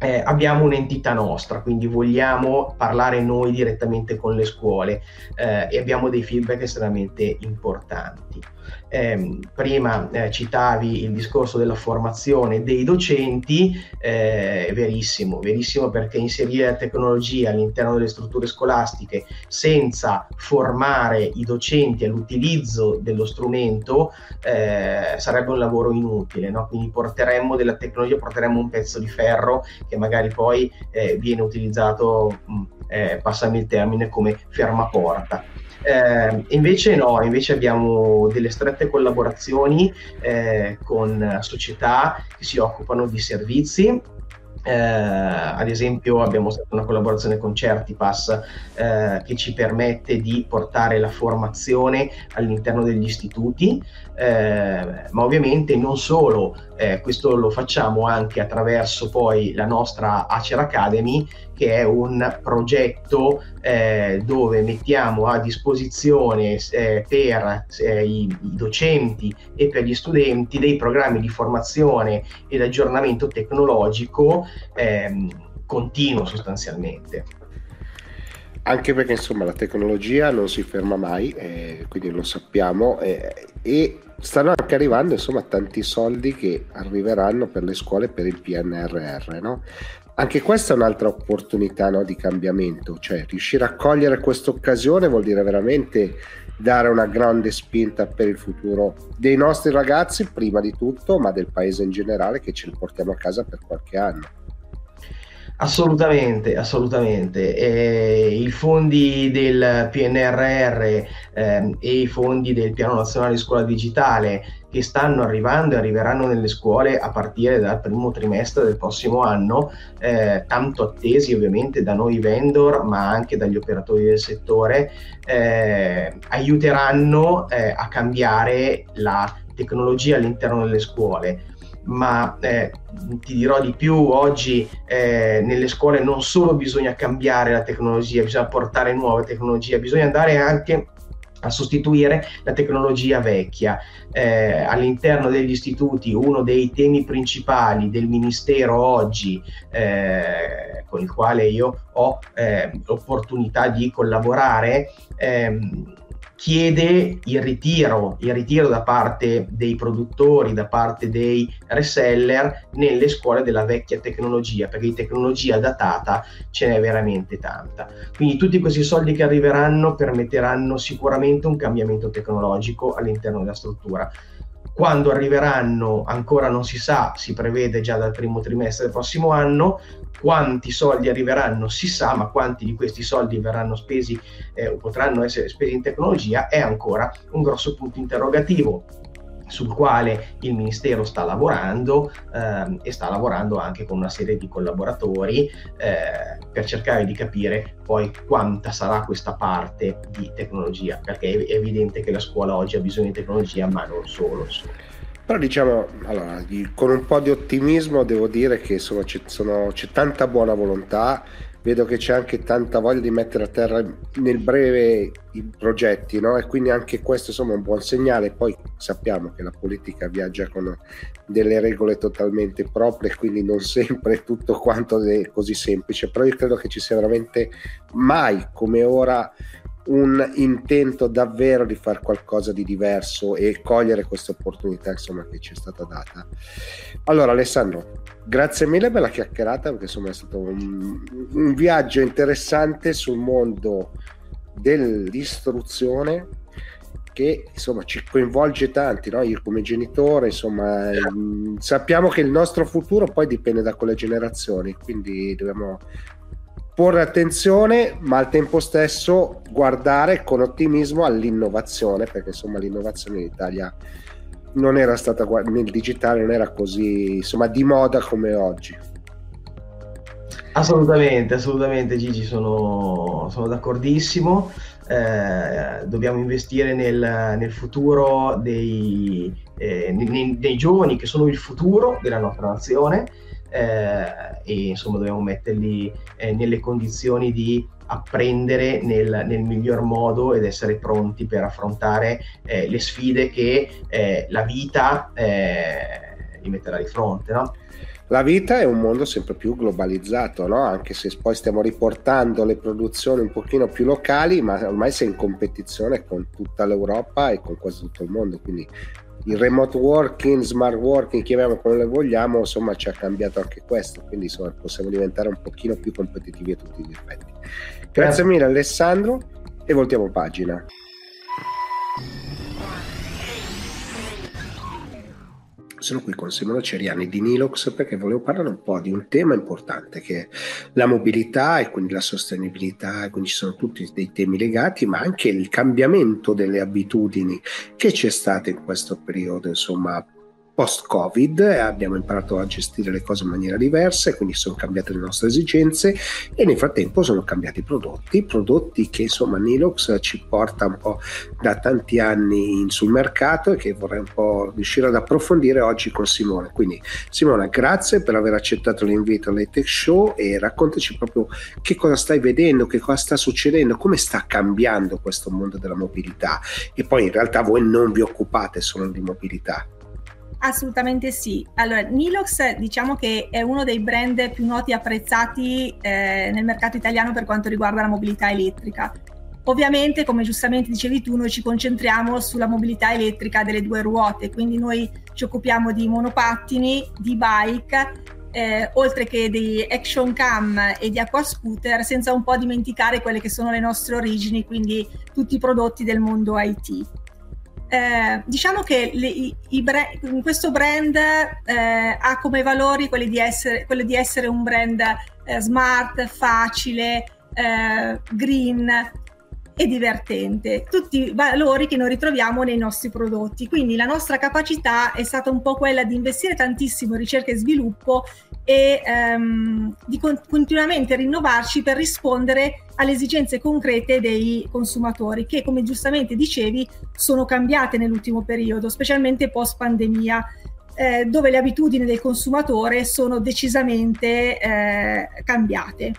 Speaker 5: abbiamo un'entità nostra, quindi vogliamo parlare noi direttamente con le scuole e abbiamo dei feedback estremamente importanti. Prima citavi il discorso della formazione dei docenti, verissimo, perché inserire la tecnologia all'interno delle strutture scolastiche senza formare i docenti all'utilizzo dello strumento sarebbe un lavoro inutile, no? Quindi porteremmo della tecnologia, porteremmo un pezzo di ferro che magari poi viene utilizzato, passami il termine, come fermaporta. Invece no, invece abbiamo delle strette collaborazioni con società che si occupano di servizi. Ad esempio abbiamo fatto una collaborazione con Certipass che ci permette di portare la formazione all'interno degli istituti, ma ovviamente non solo, questo lo facciamo anche attraverso poi la nostra Acer Academy, che è un progetto dove mettiamo a disposizione per i docenti e per gli studenti dei programmi di formazione ed aggiornamento tecnologico continuo sostanzialmente.
Speaker 2: Anche perché insomma la tecnologia non si ferma mai, quindi lo sappiamo, e stanno anche arrivando insomma tanti soldi che arriveranno per le scuole per il PNRR, no? Anche questa è un'altra opportunità, no, di cambiamento, cioè riuscire a cogliere questa occasione vuol dire veramente dare una grande spinta per il futuro dei nostri ragazzi prima di tutto, ma del paese in generale, che ce li portiamo a casa per qualche anno.
Speaker 5: Assolutamente. I fondi del PNRR e i fondi del Piano Nazionale di Scuola Digitale che stanno arrivando e arriveranno nelle scuole a partire dal primo trimestre del prossimo anno, tanto attesi ovviamente da noi vendor, ma anche dagli operatori del settore, aiuteranno a cambiare la tecnologia all'interno delle scuole. Ma ti dirò di più, oggi nelle scuole non solo bisogna cambiare la tecnologia, bisogna portare nuove tecnologie, bisogna andare anche a sostituire la tecnologia vecchia. All'interno degli istituti uno dei temi principali del Ministero oggi, con il quale io ho l'opportunità di collaborare, chiede il ritiro da parte dei produttori, da parte dei reseller nelle scuole della vecchia tecnologia, perché di tecnologia datata ce n'è veramente tanta. Quindi tutti questi soldi che arriveranno permetteranno sicuramente un cambiamento tecnologico all'interno della struttura. Quando arriveranno ancora non si sa, si prevede già dal primo trimestre del prossimo anno. Quanti soldi arriveranno si sa, ma quanti di questi soldi verranno spesi o potranno essere spesi in tecnologia è ancora un grosso punto interrogativo, sul quale il Ministero sta lavorando e sta lavorando anche con una serie di collaboratori per cercare di capire poi quanta sarà questa parte di tecnologia, perché è evidente che la scuola oggi ha bisogno di tecnologia, ma non solo.
Speaker 2: Però diciamo, allora, con un po' di ottimismo devo dire che c'è tanta buona volontà, vedo che c'è anche tanta voglia di mettere a terra nel breve i progetti, no? E quindi anche questo insomma è un buon segnale. Poi sappiamo che la politica viaggia con delle regole totalmente proprie, quindi non sempre è tutto quanto è così semplice, però io credo che ci sia veramente mai come ora un intento davvero di fare qualcosa di diverso e cogliere questa opportunità insomma che ci è stata data. Allora Alessandro, grazie mille per la chiacchierata, perché insomma è stato un viaggio interessante sul mondo dell'istruzione che insomma ci coinvolge tanti, no? Io come genitore insomma sappiamo che il nostro futuro poi dipende da quelle generazioni, quindi dobbiamo porre attenzione, ma al tempo stesso guardare con ottimismo all'innovazione, perché insomma l'innovazione in Italia non era stata, nel digitale non era così insomma di moda come oggi.
Speaker 5: Assolutamente Gigi, sono d'accordissimo. Dobbiamo investire nel futuro dei giovani che sono il futuro della nostra nazione, e insomma dobbiamo metterli nelle condizioni di apprendere nel miglior modo ed essere pronti per affrontare le sfide che la vita gli metterà di fronte, no?
Speaker 2: La vita è un mondo sempre più globalizzato, no? Anche se poi stiamo riportando le produzioni un pochino più locali, ma ormai sei in competizione con tutta l'Europa e con quasi tutto il mondo, quindi il remote working, smart working, chiamiamo come le vogliamo, insomma ci ha cambiato anche questo, quindi insomma possiamo diventare un pochino più competitivi a tutti gli effetti. Grazie mille Alessandro e voltiamo pagina. Sono qui con Simona Ceriani di Nilox perché volevo parlare un po' di un tema importante che è la mobilità e quindi la sostenibilità, e quindi ci sono tutti dei temi legati, ma anche il cambiamento delle abitudini che c'è stato in questo periodo, insomma post-Covid. Abbiamo imparato a gestire le cose in maniera diversa e quindi sono cambiate le nostre esigenze e nel frattempo sono cambiati i prodotti che insomma Nilox ci porta un po' da tanti anni sul mercato e che vorrei un po' riuscire ad approfondire oggi con Simona. Quindi Simona, grazie per aver accettato l'invito all'High-Tech Show e raccontaci proprio che cosa stai vedendo, che cosa sta succedendo, come sta cambiando questo mondo della mobilità, e poi in realtà voi non vi occupate solo di mobilità.
Speaker 6: Assolutamente sì. Allora, Nilox diciamo che è uno dei brand più noti e apprezzati nel mercato italiano per quanto riguarda la mobilità elettrica. Ovviamente, come giustamente dicevi tu, noi ci concentriamo sulla mobilità elettrica delle due ruote, quindi noi ci occupiamo di monopattini, di bike, oltre che di action cam e di aquascooter, senza un po' dimenticare quelle che sono le nostre origini, quindi tutti i prodotti del mondo IT. Diciamo che questo brand ha come valori quelli di essere un brand smart, facile, green e divertente, tutti valori che noi ritroviamo nei nostri prodotti. Quindi la nostra capacità è stata un po' quella di investire tantissimo in ricerca e sviluppo e di continuamente rinnovarci per rispondere alle esigenze concrete dei consumatori, che come giustamente dicevi sono cambiate nell'ultimo periodo, specialmente post pandemia, dove le abitudini del consumatore sono decisamente cambiate.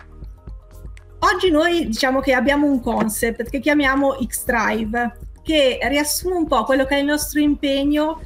Speaker 6: Oggi noi diciamo che abbiamo un concept che chiamiamo X-Drive, che riassume un po' quello che è il nostro impegno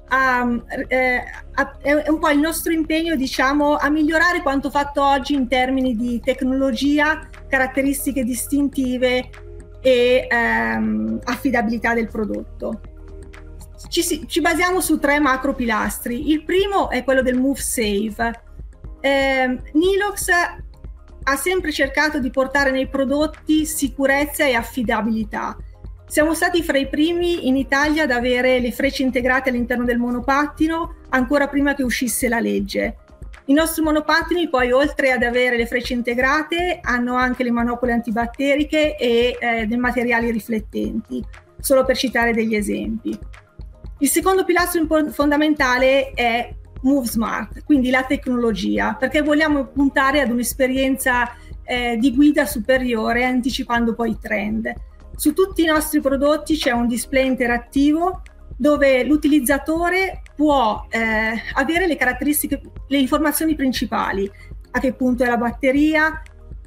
Speaker 6: è un po' il nostro impegno, diciamo, a migliorare quanto fatto oggi in termini di tecnologia, caratteristiche distintive e affidabilità del prodotto. Ci basiamo su 3 macro pilastri. Il primo è quello del Move Safe. Nilox ha sempre cercato di portare nei prodotti sicurezza e affidabilità. Siamo stati fra i primi in Italia ad avere le frecce integrate all'interno del monopattino, ancora prima che uscisse la legge. I nostri monopattini poi, oltre ad avere le frecce integrate, hanno anche le manopole antibatteriche e dei materiali riflettenti, solo per citare degli esempi. Il secondo pilastro fondamentale è Move Smart, quindi la tecnologia, perché vogliamo puntare ad un'esperienza di guida superiore, anticipando poi i trend. Su tutti i nostri prodotti c'è un display interattivo dove l'utilizzatore può avere le caratteristiche, le informazioni principali: a che punto è la batteria,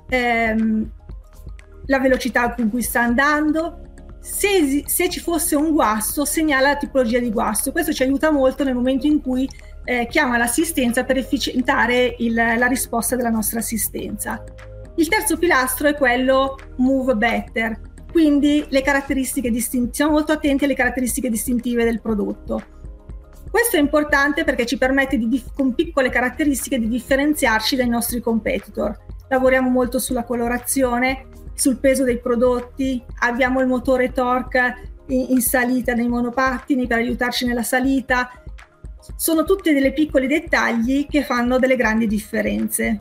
Speaker 6: la velocità con cui sta andando. Se ci fosse un guasto, segnala la tipologia di guasto. Questo ci aiuta molto nel momento in cui chiama l'assistenza per efficientare la risposta della nostra assistenza. Il terzo pilastro è quello Move Better, quindi le caratteristiche siamo molto attenti alle caratteristiche distintive del prodotto. Questo è importante perché ci permette con piccole caratteristiche di differenziarci dai nostri competitor. Lavoriamo molto sulla colorazione, sul peso dei prodotti, abbiamo il motore torque in salita nei monopattini per aiutarci nella salita. Sono tutti dei piccoli dettagli che fanno delle grandi differenze.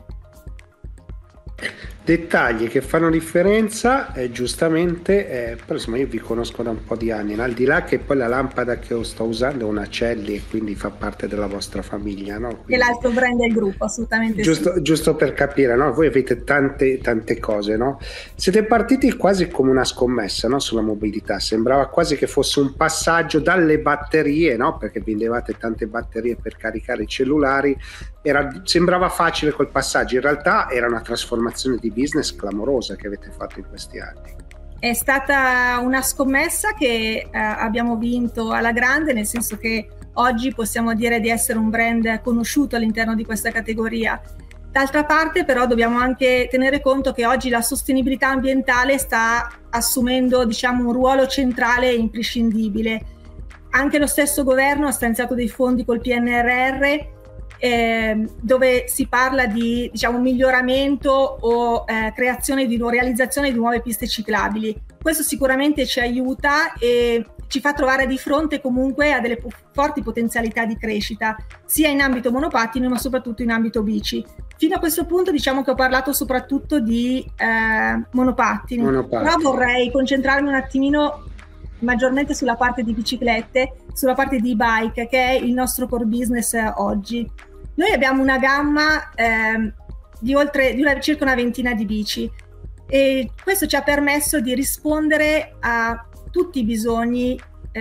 Speaker 2: Dettagli che fanno differenza, giustamente, però insomma io vi conosco da un po' di anni, no? Al di là che poi la lampada che io sto usando è una Celly e quindi fa parte della vostra famiglia, no? Quindi,
Speaker 6: e l'altro brand del gruppo, assolutamente
Speaker 2: giusto per capire, no? Voi avete tante cose, no? Siete partiti quasi come una scommessa, no? Sulla mobilità, sembrava quasi che fosse un passaggio dalle batterie, no? Perché vendevate tante batterie per caricare i cellulari, sembrava facile quel passaggio, in realtà era una trasformazione di business clamorosa che avete fatto in questi anni.
Speaker 6: È stata una scommessa che abbiamo vinto alla grande, nel senso che oggi possiamo dire di essere un brand conosciuto all'interno di questa categoria. D'altra parte però dobbiamo anche tenere conto che oggi la sostenibilità ambientale sta assumendo, diciamo, un ruolo centrale e imprescindibile. Anche lo stesso governo ha stanziato dei fondi col PNRR dove si parla di, diciamo, miglioramento o realizzazione di nuove piste ciclabili. Questo sicuramente ci aiuta e ci fa trovare di fronte comunque a delle forti potenzialità di crescita, sia in ambito monopattino ma soprattutto in ambito bici. Fino a questo punto diciamo che ho parlato soprattutto di monopattini, però vorrei concentrarmi un attimino maggiormente sulla parte di biciclette, sulla parte di e-bike, che è il nostro core business oggi. Noi abbiamo una gamma di circa una ventina di bici e questo ci ha permesso di rispondere a tutti i bisogni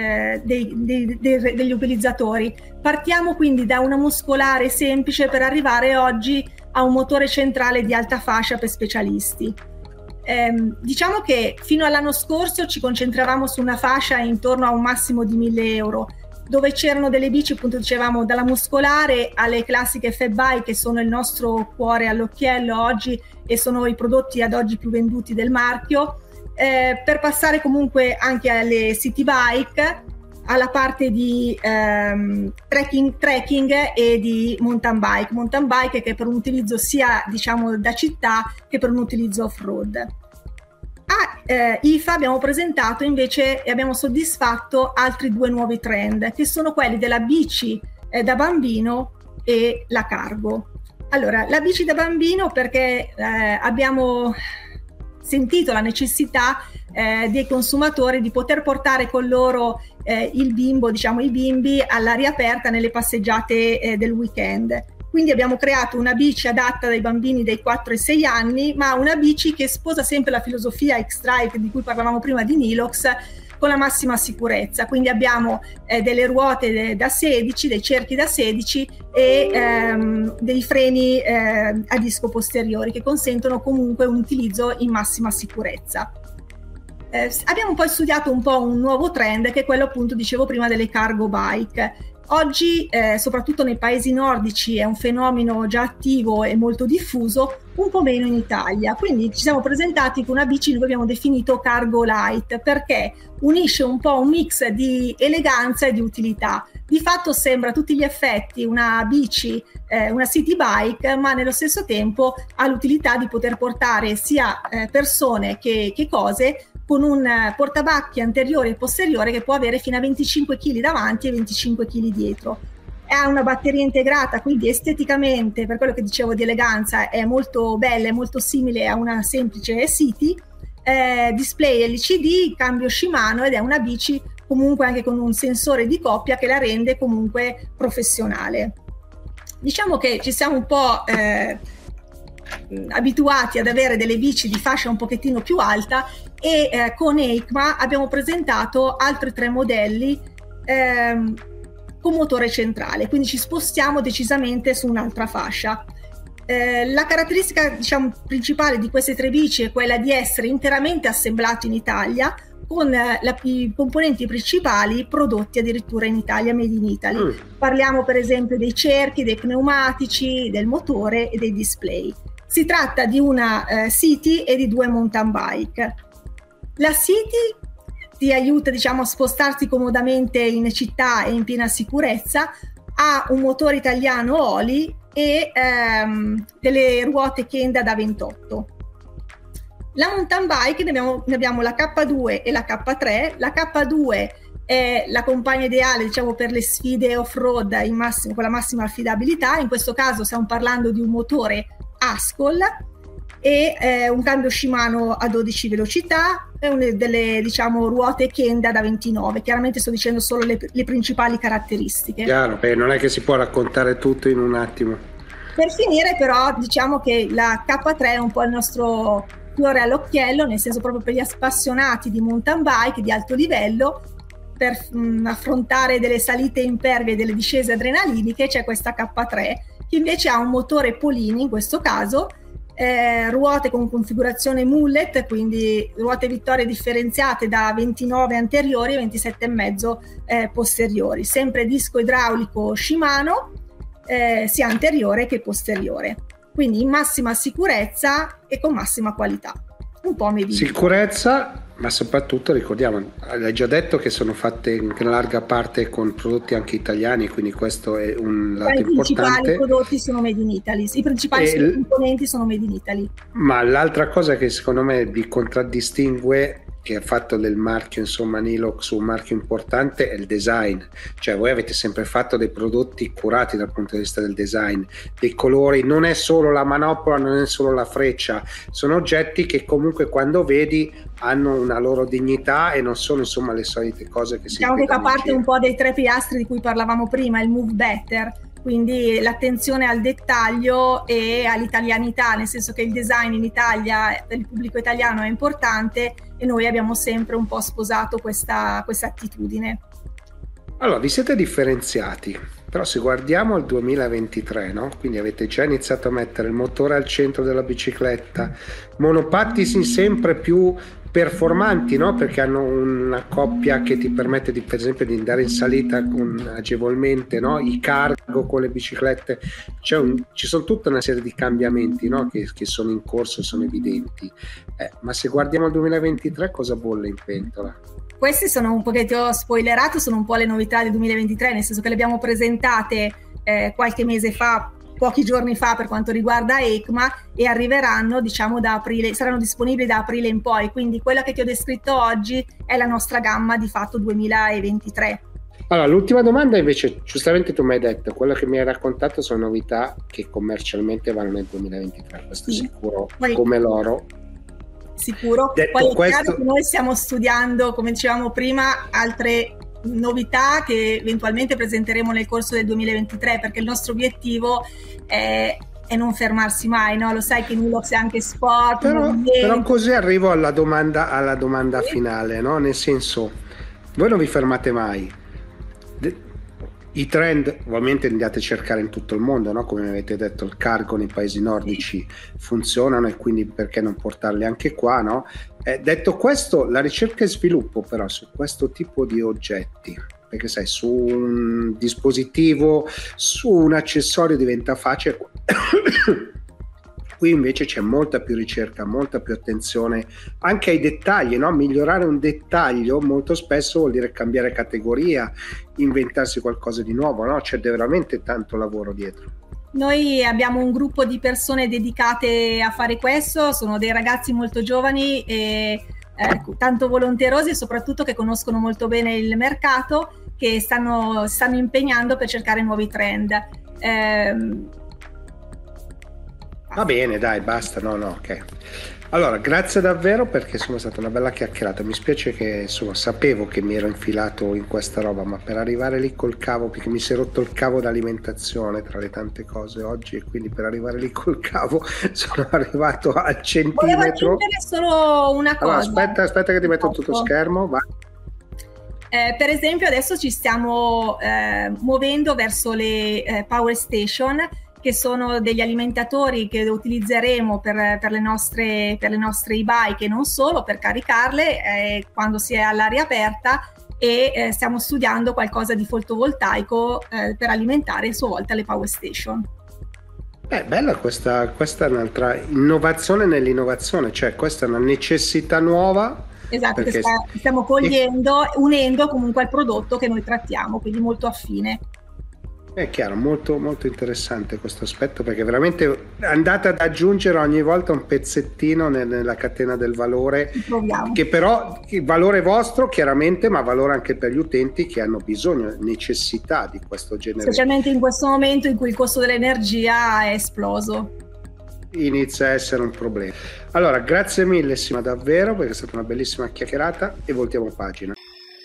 Speaker 6: degli utilizzatori. Partiamo quindi da una muscolare semplice per arrivare oggi a un motore centrale di alta fascia per specialisti. Diciamo che fino all'anno scorso ci concentravamo su una fascia intorno a un massimo di 1.000 euro, dove c'erano delle bici, appunto dicevamo, dalla muscolare alle classiche fat bike, che sono il nostro cuore all'occhiello oggi e sono i prodotti ad oggi più venduti del marchio, per passare comunque anche alle city bike, alla parte di trekking e di mountain bike che per un utilizzo sia, diciamo, da città che per un utilizzo off-road. A IFA abbiamo presentato invece e abbiamo soddisfatto altri due nuovi trend, che sono quelli della bici da bambino e la cargo. Allora, la bici da bambino perché abbiamo sentito la necessità dei consumatori di poter portare con loro il bimbo, diciamo i bimbi, all'aria aperta nelle passeggiate del weekend. Quindi abbiamo creato una bici adatta dai bambini dai 4 ai 6 anni, ma una bici che sposa sempre la filosofia X-Trike di cui parlavamo prima di Nilox, con la massima sicurezza. Quindi abbiamo delle ruote da 16, dei cerchi da 16 e dei freni a disco posteriori che consentono comunque un utilizzo in massima sicurezza. Abbiamo poi studiato un po' un nuovo trend che è quello, appunto, dicevo prima, delle cargo bike. Oggi, soprattutto nei paesi nordici, è un fenomeno già attivo e molto diffuso, un po' meno in Italia. Quindi ci siamo presentati con una bici che abbiamo definito cargo light, perché unisce un po' un mix di eleganza e di utilità. Di fatto sembra a tutti gli effetti una bici, una city bike, ma nello stesso tempo ha l'utilità di poter portare sia persone che cose, con un portabacchi anteriore e posteriore che può avere fino a 25 kg davanti e 25 kg dietro. Ha una batteria integrata, quindi esteticamente, per quello che dicevo di eleganza, è molto bella, è molto simile a una semplice City, display LCD, cambio Shimano, ed è una bici comunque anche con un sensore di coppia che la rende comunque professionale. Diciamo che ci siamo un po' abituati ad avere delle bici di fascia un pochettino più alta e con EICMA abbiamo presentato altri 3 modelli con motore centrale, quindi ci spostiamo decisamente su un'altra fascia. La caratteristica, diciamo, principale di queste 3 bici è quella di essere interamente assemblate in Italia, con i componenti principali prodotti addirittura in Italia, made in Italy. Parliamo per esempio dei cerchi, dei pneumatici, del motore e dei display. Si tratta di una City e di 2 mountain bike. La City ti aiuta, diciamo, a spostarti comodamente in città e in piena sicurezza, ha un motore italiano Oli e delle ruote Kenda da 28. La mountain bike ne abbiamo la K2 e la K3. La K2 è la compagna ideale, diciamo, per le sfide off-road con la massima affidabilità. In questo caso stiamo parlando di un motore Ascol e un cambio Shimano a 12 velocità e delle, diciamo, ruote Kenda da 29. Chiaramente sto dicendo solo le principali caratteristiche.
Speaker 2: Chiaro, non è che si può raccontare tutto in un attimo.
Speaker 6: Per finire però diciamo che la K3 è un po' il nostro fiore all'occhiello, nel senso, proprio per gli appassionati di mountain bike di alto livello, per affrontare delle salite impervie e delle discese adrenaliniche. C'è questa K3 che invece ha un motore Polini in questo caso, ruote con configurazione mullet, quindi ruote vittorie differenziate da 29 anteriori e 27,5 posteriori, sempre disco idraulico Shimano, sia anteriore che posteriore, quindi in massima sicurezza e con massima qualità, un po' made in
Speaker 2: sicurezza, ma soprattutto ricordiamo, hai già detto che sono fatte in larga parte con prodotti anche italiani, quindi questo è un lato importante.
Speaker 6: I principali prodotti sono made in Italy, i principali componenti sono made in Italy.
Speaker 2: Ma l'altra cosa che secondo me vi contraddistingue, che ha fatto del marchio, insomma, Nilox un marchio importante, è il design. Cioè voi avete sempre fatto dei prodotti curati dal punto di vista del design, dei colori, non è solo la manopola, non è solo la freccia, sono oggetti che comunque quando vedi hanno una loro dignità e non sono, insomma, le solite cose che
Speaker 6: diciamo che fa parte un po' dei 3 pilastri di cui parlavamo prima, il Move Better, quindi l'attenzione al dettaglio e all'italianità, nel senso che il design in Italia per il pubblico italiano è importante e noi abbiamo sempre un po' sposato questa attitudine.
Speaker 2: Allora, vi siete differenziati, però se guardiamo il 2023, no? Quindi avete già iniziato a mettere il motore al centro della bicicletta, monopattini sempre più performanti, no? Perché hanno una coppia che ti permette per esempio di andare in salita agevolmente, no? I cargo con le biciclette, ci sono tutta una serie di cambiamenti, no? che sono in corso, sono evidenti, ma se guardiamo il 2023 cosa bolle in pentola?
Speaker 6: Questi sono un po' che ti ho spoilerato, sono un po' le novità del 2023, nel senso che le abbiamo presentate qualche mese fa, pochi giorni fa per quanto riguarda EICMA, e arriveranno diciamo da aprile, saranno disponibili da aprile in poi, quindi quella che ti ho descritto oggi è la nostra gamma di fatto 2023.
Speaker 2: Allora, l'ultima domanda invece, giustamente tu mi hai detto, quello che mi hai raccontato sono novità che commercialmente vanno nel 2023, questo sì, sicuro, poi, come l'oro.
Speaker 6: Sicuro, poi è chiaro che noi stiamo studiando, come dicevamo prima, altre novità che eventualmente presenteremo nel corso del 2023, perché il nostro obiettivo è non fermarsi mai, no? Lo sai che Nilox è anche sport,
Speaker 2: però così arrivo alla domanda finale, no? Nel senso, voi non vi fermate mai, i trend ovviamente andate a cercare in tutto il mondo, no? Come avete detto, il cargo nei paesi nordici funzionano e quindi perché non portarli anche qua, no? Detto questo, la ricerca e sviluppo però su questo tipo di oggetti, perché sai, su un dispositivo, su un accessorio diventa facile, qui invece c'è molta più ricerca, molta più attenzione anche ai dettagli, no? Migliorare un dettaglio molto spesso vuol dire cambiare categoria, inventarsi qualcosa di nuovo, no? C'è veramente tanto lavoro dietro.
Speaker 6: Noi abbiamo un gruppo di persone dedicate a fare questo, sono dei ragazzi molto giovani e tanto volonterosi e soprattutto che conoscono molto bene il mercato, che stanno impegnando per cercare nuovi trend.
Speaker 2: Va bene, dai, basta, no, ok. Allora, grazie davvero, perché insomma è stata una bella chiacchierata. Mi spiace che insomma sapevo che mi ero infilato in questa roba, ma per arrivare lì col cavo, perché mi si è rotto il cavo d'alimentazione tra le tante cose oggi, e quindi per arrivare lì col cavo sono arrivato al centimetro.
Speaker 6: Volevo aggiungere solo una cosa.
Speaker 2: Allora, aspetta che ti metto tutto schermo, vai.
Speaker 6: Per esempio adesso ci stiamo muovendo verso le Power Station, che sono degli alimentatori che utilizzeremo per le nostre e-bike e non solo, per caricarle quando si è all'aria aperta, e stiamo studiando qualcosa di fotovoltaico per alimentare a sua volta le Power Station.
Speaker 2: Bella questa è un'altra innovazione nell'innovazione, cioè questa è una necessità nuova.
Speaker 6: Esatto, che stiamo cogliendo, unendo comunque al prodotto che noi trattiamo, quindi molto affine.
Speaker 2: È chiaro, molto, molto interessante questo aspetto, perché veramente andate ad aggiungere ogni volta un pezzettino nella catena del valore, che però il valore vostro chiaramente, ma valore anche per gli utenti che hanno bisogno, necessità di questo genere.
Speaker 6: Specialmente in questo momento in cui il costo dell'energia è esploso.
Speaker 2: Inizia a essere un problema. Allora, grazie mille Sima, davvero, perché è stata una bellissima chiacchierata, e voltiamo pagina.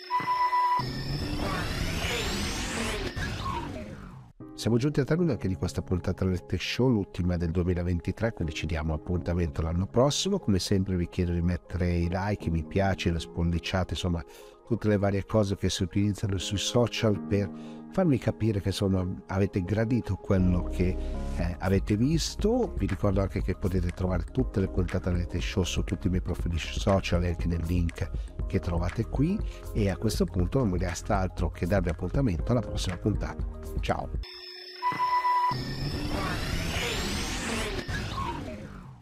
Speaker 2: Siamo giunti al termine anche di questa puntata del Tech Show, l'ultima del 2023, quindi ci diamo appuntamento l'anno prossimo. Come sempre vi chiedo di mettere i like, i mi piace, le spolliciate, insomma tutte le varie cose che si utilizzano sui social per
Speaker 1: farmi capire che avete gradito quello che avete visto. Vi ricordo anche che potete trovare tutte le puntate del Late Show su tutti i miei profili social e anche nel link che trovate qui, e a questo punto non mi resta altro che darvi appuntamento alla prossima puntata. Ciao.